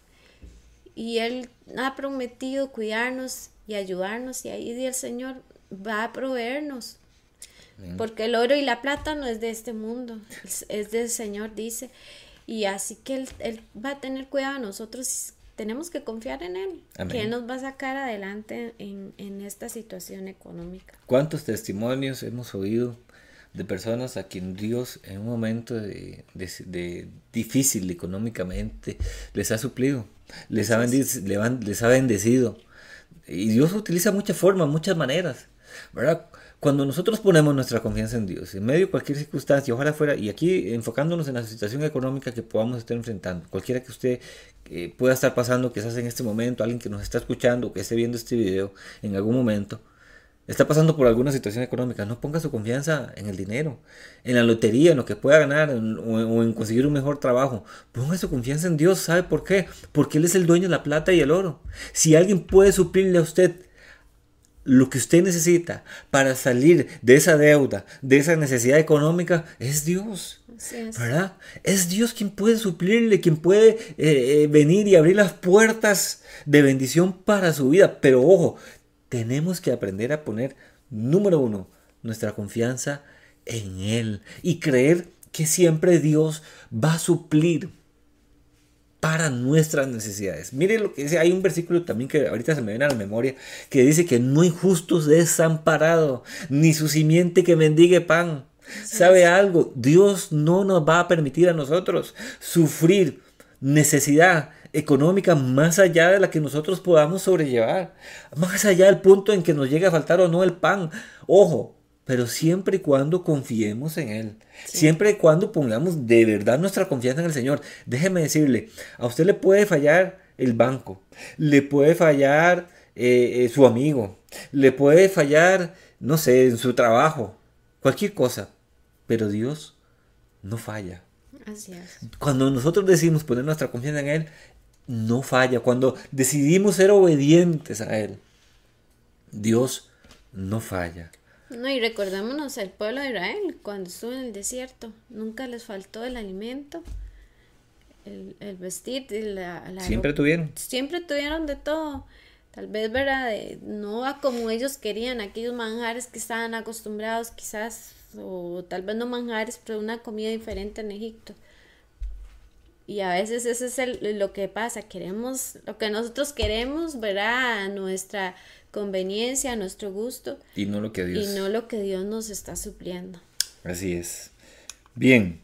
Y Él ha prometido cuidarnos y ayudarnos, y ahí el Señor va a proveernos. Amén. Porque el oro y la plata no es de este mundo, es, es del Señor, dice. Y así que él, él va a tener cuidado de nosotros. Tenemos que confiar en Él, Amén. que Él nos va a sacar adelante en, en esta situación económica. ¿Cuántos testimonios hemos oído de personas a quien Dios en un momento de, de- de difícil económicamente les ha suplido, les ha, bendic- le han- les ha bendecido? Y Dios utiliza muchas formas, muchas maneras, ¿verdad? Cuando nosotros ponemos nuestra confianza en Dios, en medio de cualquier circunstancia, ojalá fuera, y aquí enfocándonos en la situación económica que podamos estar enfrentando, cualquiera que usted eh, pueda estar pasando, quizás en este momento, alguien que nos está escuchando, que esté viendo este video en algún momento, está pasando por alguna situación económica, no ponga su confianza en el dinero, en la lotería, en lo que pueda ganar, en- o, o en conseguir un mejor trabajo. Ponga su confianza en Dios. ¿Sabe por qué? Porque Él es el dueño de la plata y el oro. Si alguien puede suplirle a usted lo que usted necesita para salir de esa deuda, de esa necesidad económica, es Dios. Así es. ¿Verdad? Es Dios quien puede suplirle, quien puede eh, eh, venir y abrir las puertas de bendición para su vida. Pero ojo, tenemos que aprender a poner, número uno, nuestra confianza en Él y creer que siempre Dios va a suplir para nuestras necesidades. Mire lo que dice, hay un versículo también que ahorita se me viene a la memoria, que dice que no hay justo desamparado, ni su simiente que mendigue pan. ¿Sabe algo? Dios no nos va a permitir a nosotros sufrir necesidad económica más allá de la que nosotros podamos sobrellevar, más allá del punto en que nos llegue a faltar o no el pan. Ojo, pero siempre y cuando confiemos en Él, Sí. siempre y cuando pongamos de verdad nuestra confianza en el Señor. Déjeme decirle, a usted le puede fallar el banco, le puede fallar eh, eh, su amigo, le puede fallar, no sé, en su trabajo, cualquier cosa, pero Dios no falla. Así es. Cuando nosotros decidimos poner nuestra confianza en Él, no falla. Cuando decidimos ser obedientes a Él, Dios no falla. No, y recordémonos el pueblo de Israel cuando estuvo en el desierto. Nunca les faltó el alimento, el, el vestir, la, la Siempre ropa. tuvieron. Siempre tuvieron de todo. Tal vez, ¿verdad? De- no a como ellos querían, aquellos manjares que estaban acostumbrados quizás, o tal vez no manjares, pero una comida diferente en Egipto. Y a veces eso es el- lo que pasa, queremos lo que nosotros queremos, ¿verdad? A nuestra conveniencia, a nuestro gusto, Y no lo que Dios. y no lo que Dios nos está supliendo. Así es. Bien.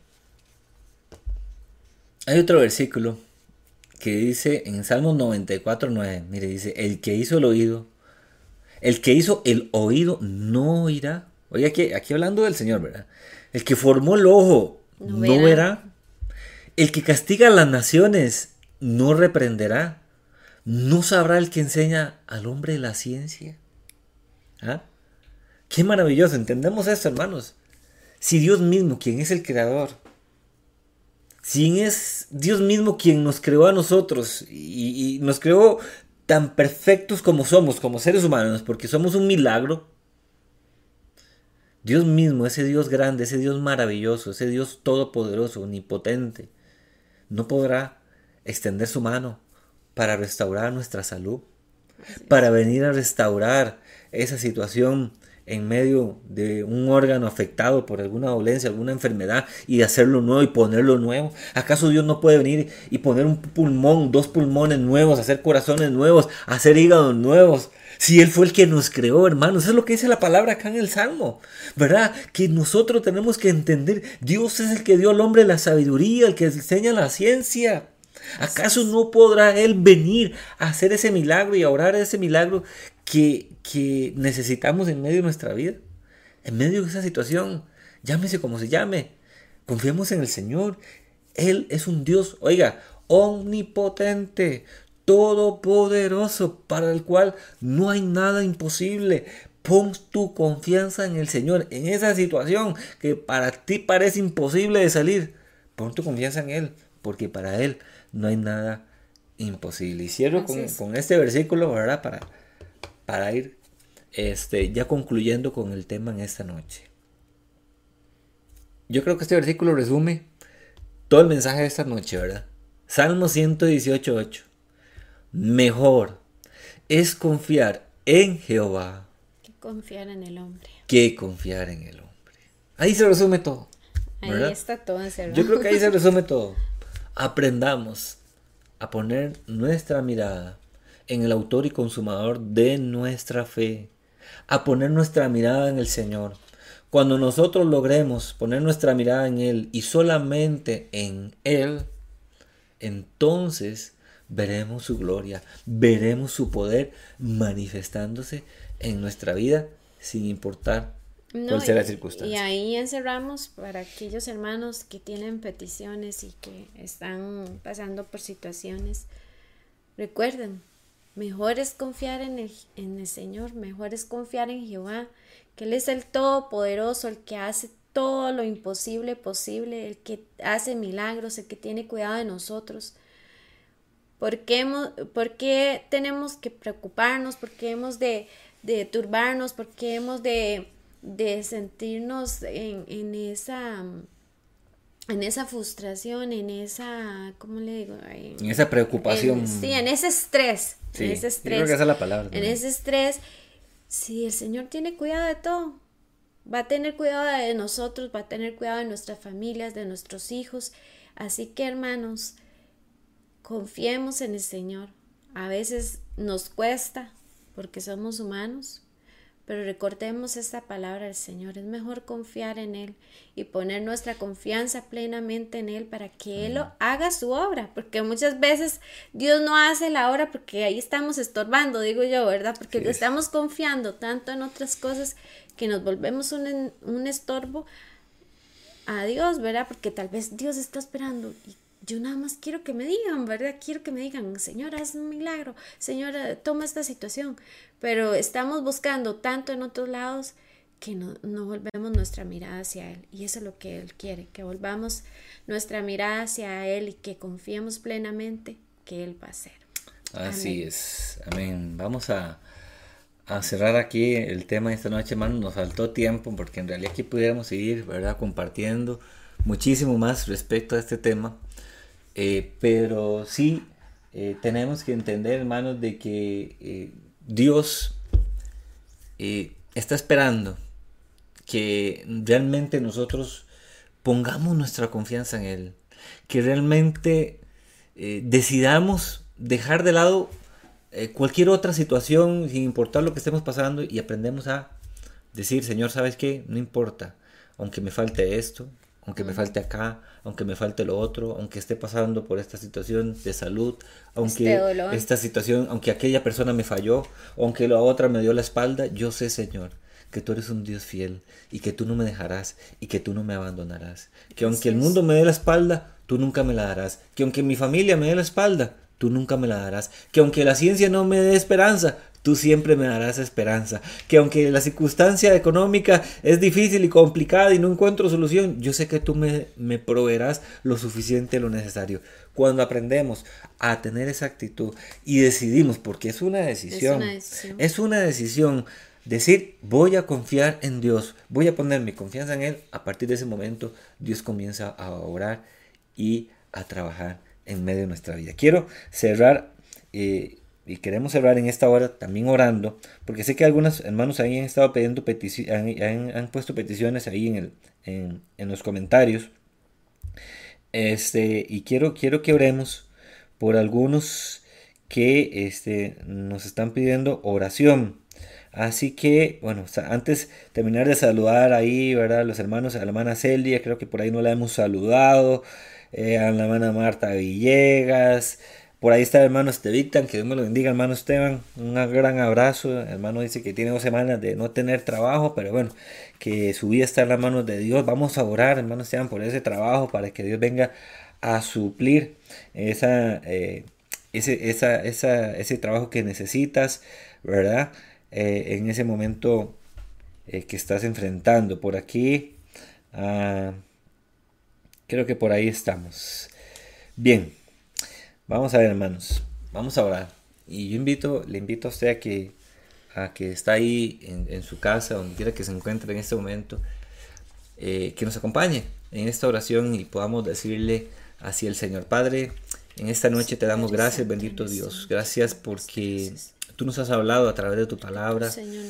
Hay otro versículo que dice en Salmos noventa y cuatro nueve. Mire, dice, el que hizo el oído, el que hizo el oído no oirá. Oye, aquí, aquí hablando del Señor, ¿verdad? El que formó el ojo No no, verá. verá. El que castiga a las naciones no reprenderá. ¿No sabrá el que enseña al hombre la ciencia? ¿Ah? Qué maravilloso, entendemos esto, hermanos. Si Dios mismo, quien es el creador, si es Dios mismo quien nos creó a nosotros y, y nos creó tan perfectos como somos, como seres humanos, porque somos un milagro, Dios mismo, ese Dios grande, ese Dios maravilloso, ese Dios todopoderoso, omnipotente, no podrá extender su mano para restaurar nuestra salud, para venir a restaurar esa situación en medio de un órgano afectado por alguna dolencia, alguna enfermedad, y hacerlo nuevo y ponerlo nuevo? ¿Acaso Dios no puede venir y poner un pulmón, dos pulmones nuevos, hacer corazones nuevos, hacer hígados nuevos? Si Él fue el que nos creó, hermanos. Eso es lo que dice la palabra acá en el Salmo, ¿verdad? Que nosotros tenemos que entender, Dios es el que dio al hombre la sabiduría, el que enseña la ciencia. ¿Acaso no podrá Él venir a hacer ese milagro y a orar ese milagro que, que necesitamos en medio de nuestra vida? En medio de esa situación, llámese como se llame, confiemos en el Señor. Él es un Dios, oiga, omnipotente, todopoderoso, para el cual no hay nada imposible. Pon tu confianza en el Señor. En esa situación que para ti parece imposible de salir, pon tu confianza en Él, porque para Él no hay nada imposible. Y cierro con, con este versículo, ¿verdad? Para, para ir este, ya concluyendo con el tema en esta noche. Yo creo que este versículo resume todo el mensaje de esta noche, ¿verdad? Salmo ciento dieciocho, ocho. Mejor es confiar en Jehová que confiar en el hombre. Que confiar en el hombre. Ahí se resume todo, ¿verdad? Ahí está todo encerrado. Yo creo que ahí se resume todo. Aprendamos a poner nuestra mirada en el autor y consumador de nuestra fe. A poner nuestra mirada en el Señor. Cuando nosotros logremos poner nuestra mirada en Él y solamente en Él, entonces veremos su gloria, veremos su poder manifestándose en nuestra vida sin importar no, cuál sea la circunstancia. Y ahí encerramos para aquellos hermanos que tienen peticiones y que están pasando por situaciones. Recuerden, mejor es confiar en el, en el Señor, mejor es confiar en Jehová, que Él es el Todopoderoso, el que hace todo lo imposible posible, el que hace milagros, el que tiene cuidado de nosotros. ¿Por qué, hemos, ¿Por qué tenemos que preocuparnos? ¿Por qué hemos de, de turbarnos? ¿Por qué hemos de, de sentirnos en, en, esa, en esa frustración, en esa, ¿cómo le digo? En, en esa preocupación. En, sí, en ese estrés. Sí, en ese estrés. Creo que esa es la palabra. En ese estrés, si el Señor tiene cuidado de todo, va a tener cuidado de nosotros, va a tener cuidado de nuestras familias, de nuestros hijos. Así que, hermanos, confiemos en el Señor. A veces nos cuesta porque somos humanos, pero recordemos esta palabra del Señor. Es mejor confiar en Él y poner nuestra confianza plenamente en Él para que Él lo haga su obra, porque muchas veces Dios no hace la obra porque ahí estamos estorbando, digo yo, ¿verdad? Porque sí, estamos confiando tanto en otras cosas que nos volvemos un, un estorbo a Dios, ¿verdad? Porque tal vez Dios está esperando y yo nada más quiero que me digan, ¿verdad? Quiero que me digan, Señora, haz un milagro, Señora, toma esta situación. Pero estamos buscando tanto en otros lados que no, no volvemos nuestra mirada hacia Él. Y eso es lo que Él quiere, que volvamos nuestra mirada hacia Él y que confiemos plenamente que Él va a hacer. Así Amén. Es, amén. Vamos a, a cerrar aquí el tema de esta noche, hermano. Nos faltó tiempo porque en realidad aquí pudiéramos seguir, ¿verdad? Compartiendo muchísimo más respecto a este tema. Eh, pero sí eh, tenemos que entender, hermanos, de que eh, Dios eh, está esperando que realmente nosotros pongamos nuestra confianza en Él, que realmente eh, decidamos dejar de lado eh, cualquier otra situación sin importar lo que estemos pasando y aprendemos a decir, Señor, ¿sabes qué? No importa, aunque me falte esto, aunque me falte acá, aunque me falte lo otro, aunque esté pasando por esta situación de salud, aunque este esta situación, aunque aquella persona me falló, aunque la otra me dio la espalda, yo sé, Señor, que tú eres un Dios fiel y que tú no me dejarás y que tú no me abandonarás. Que aunque el mundo me dé la espalda, tú nunca me la darás. Que aunque mi familia me dé la espalda, tú nunca me la darás. Que aunque la ciencia no me dé esperanza, tú siempre me darás esperanza. Que aunque la circunstancia económica es difícil y complicada y no encuentro solución, yo sé que tú me, me proveerás lo suficiente, lo necesario. Cuando aprendemos a tener esa actitud y decidimos, porque es una decisión, es una decisión, es una decisión decir, voy a confiar en Dios, voy a poner mi confianza en Él, a partir de ese momento Dios comienza a obrar y a trabajar en medio de nuestra vida. Quiero cerrar eh, y queremos cerrar en esta hora también orando, porque sé que algunos hermanos ahí han estado pidiendo peticiones, han, han, han puesto peticiones ahí en, el, en, en los comentarios. Este, y quiero, quiero que oremos por algunos que este, nos están pidiendo oración. Así que, bueno, antes de terminar de saludar ahí, ¿verdad? Los hermanos, a la hermana Celia, creo que por ahí no la hemos saludado, eh, a la hermana Marta Villegas, por ahí está el hermano Estevitan, que Dios me lo bendiga, hermano Esteban, un gran abrazo. El hermano dice que tiene dos semanas de no tener trabajo, pero bueno, que su vida está en las manos de Dios. Vamos a orar, hermano Esteban, por ese trabajo, para que Dios venga a suplir esa, eh, ese, esa, esa, ese trabajo que necesitas, ¿verdad? Eh, en ese momento eh, que estás enfrentando. Por aquí, uh, creo que por ahí estamos. Bien. Vamos a ver, hermanos, vamos a orar. Y yo invito, le invito a usted a que, a que está ahí en, en su casa, donde quiera que se encuentre en este momento, eh, que nos acompañe en esta oración y podamos decirle hacia el Señor. Padre, en esta noche te damos gracias, bendito Dios. Gracias porque tú nos has hablado a través de tu palabra.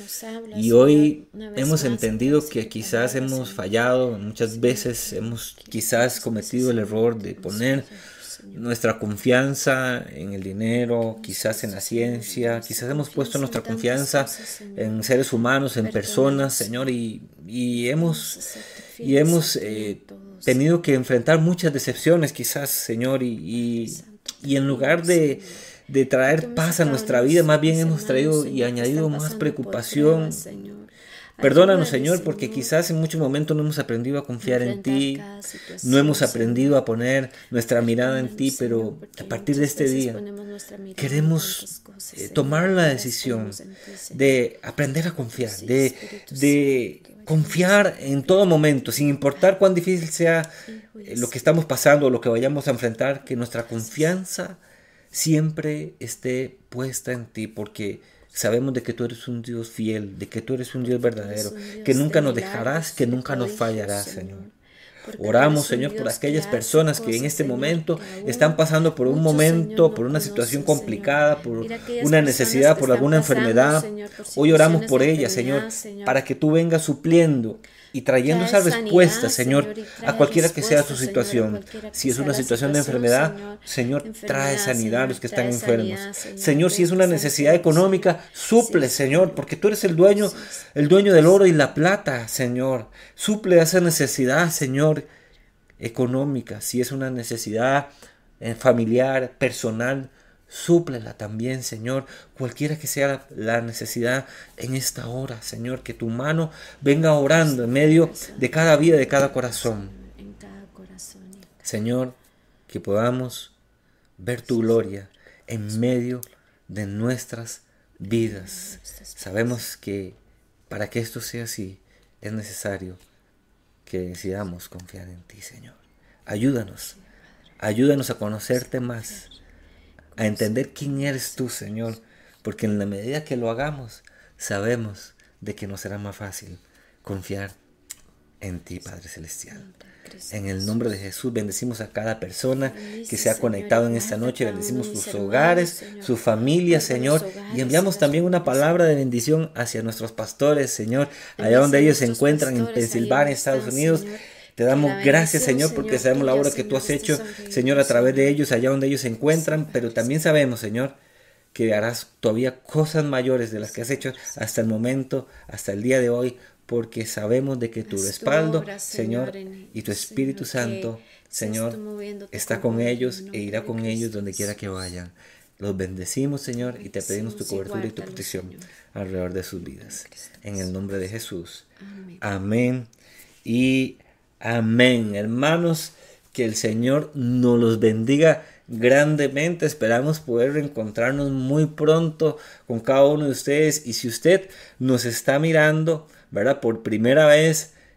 Y hoy hemos entendido que quizás hemos fallado, muchas veces hemos quizás cometido el error de poner nuestra confianza en el dinero, quizás en la ciencia, quizás hemos puesto nuestra confianza en seres humanos, en personas, Señor, y, y hemos, y hemos eh, tenido que enfrentar muchas decepciones, quizás, Señor, y, y, y en lugar de, de traer paz a nuestra vida, más bien hemos traído y añadido más preocupación. Perdónanos, Señor, porque quizás en muchos momentos no hemos aprendido a confiar en ti, no hemos aprendido a poner nuestra mirada en ti, pero a partir de este día queremos eh, tomar la decisión de aprender a confiar, de, de confiar en todo momento, sin importar cuán difícil sea eh, lo que estamos pasando o lo que vayamos a enfrentar, que nuestra confianza siempre esté puesta en ti, porque sabemos de que tú eres un Dios fiel, de que tú eres un Dios verdadero, que nunca nos dejarás, que nunca nos fallarás, Señor. Oramos, Señor, por aquellas personas que en este momento están pasando por un momento, por una situación complicada, por una necesidad, por alguna enfermedad. Hoy oramos por ellas, Señor, para que tú vengas supliendo y trayendo esa respuesta, Señor, a cualquiera que sea su situación. Si es una situación de enfermedad, Señor, trae sanidad a los que están enfermos. Señor, si es una necesidad económica, suple, Señor, porque tú eres el dueño, el dueño del oro y la plata, Señor. Suple esa necesidad, Señor, económica. Si es una necesidad familiar, personal, súplela también, Señor, cualquiera que sea la necesidad en esta hora, Señor, que tu mano venga orando en medio de cada vida, de cada corazón. Señor, que podamos ver tu gloria en medio de nuestras vidas. Sabemos que para que esto sea así, es necesario que decidamos confiar en ti, Señor. Ayúdanos, ayúdanos a conocerte más, a entender quién eres tú, Señor, porque en la medida que lo hagamos, sabemos de que nos será más fácil confiar en ti, Padre Celestial. En el nombre de Jesús bendecimos a cada persona que se ha conectado en esta noche, bendecimos sus hogares, su familia, Señor, y enviamos también una palabra de bendición hacia nuestros pastores, Señor, allá donde ellos se encuentran, en Pensilvania, Estados Unidos. Te damos gracias, Señor, porque sabemos la obra que tú has hecho, Señor, a través de ellos, allá donde ellos se encuentran, pero también sabemos, Señor, que harás todavía cosas mayores de las que has hecho hasta el momento, hasta el día de hoy, porque sabemos de que tu respaldo, Señor, y tu Espíritu Santo, Señor, está con ellos e irá con ellos donde quiera que vayan. Los bendecimos, Señor, y te pedimos tu cobertura y tu protección alrededor de sus vidas. En el nombre de Jesús. Amén y amén. Hermanos, que el Señor nos los bendiga grandemente. Esperamos poder reencontrarnos muy pronto con cada uno de ustedes. Y si usted nos está mirando, ¿verdad?, por primera vez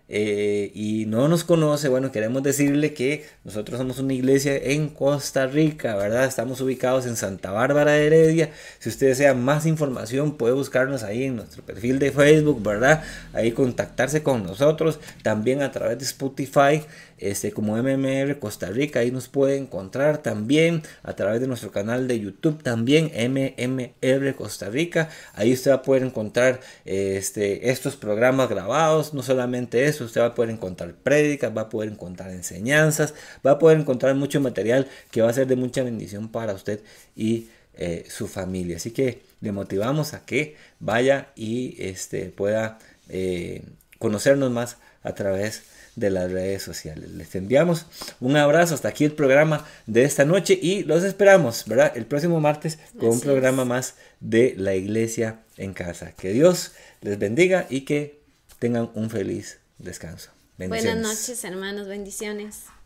eh, y no nos conoce, bueno, queremos decirle que nosotros somos una iglesia en Costa Rica, ¿verdad? Estamos ubicados en Santa Bárbara de Heredia. Si usted desea más información, puede buscarnos ahí en nuestro perfil de Facebook, ¿verdad? Ahí contactarse con nosotros, también a través de Spotify, este, como M M R Costa Rica, ahí nos puede encontrar también, a través de nuestro canal de YouTube también, M M R Costa Rica. Ahí usted va a poder encontrar este, estos programas grabados, no solamente eso, usted va a poder encontrar prédicas, va a poder encontrar enseñanzas, va a poder encontrar mucho material que va a ser de mucha bendición para usted y eh, su familia. Así que le motivamos a que vaya y este, pueda eh, conocernos más a través de las redes sociales. Les enviamos un abrazo. Hasta aquí el programa de esta noche y los esperamos, ¿verdad? El próximo martes con un programa más de la iglesia en casa. Que Dios les bendiga y que tengan un feliz descanso. Buenas noches, hermanos. Bendiciones.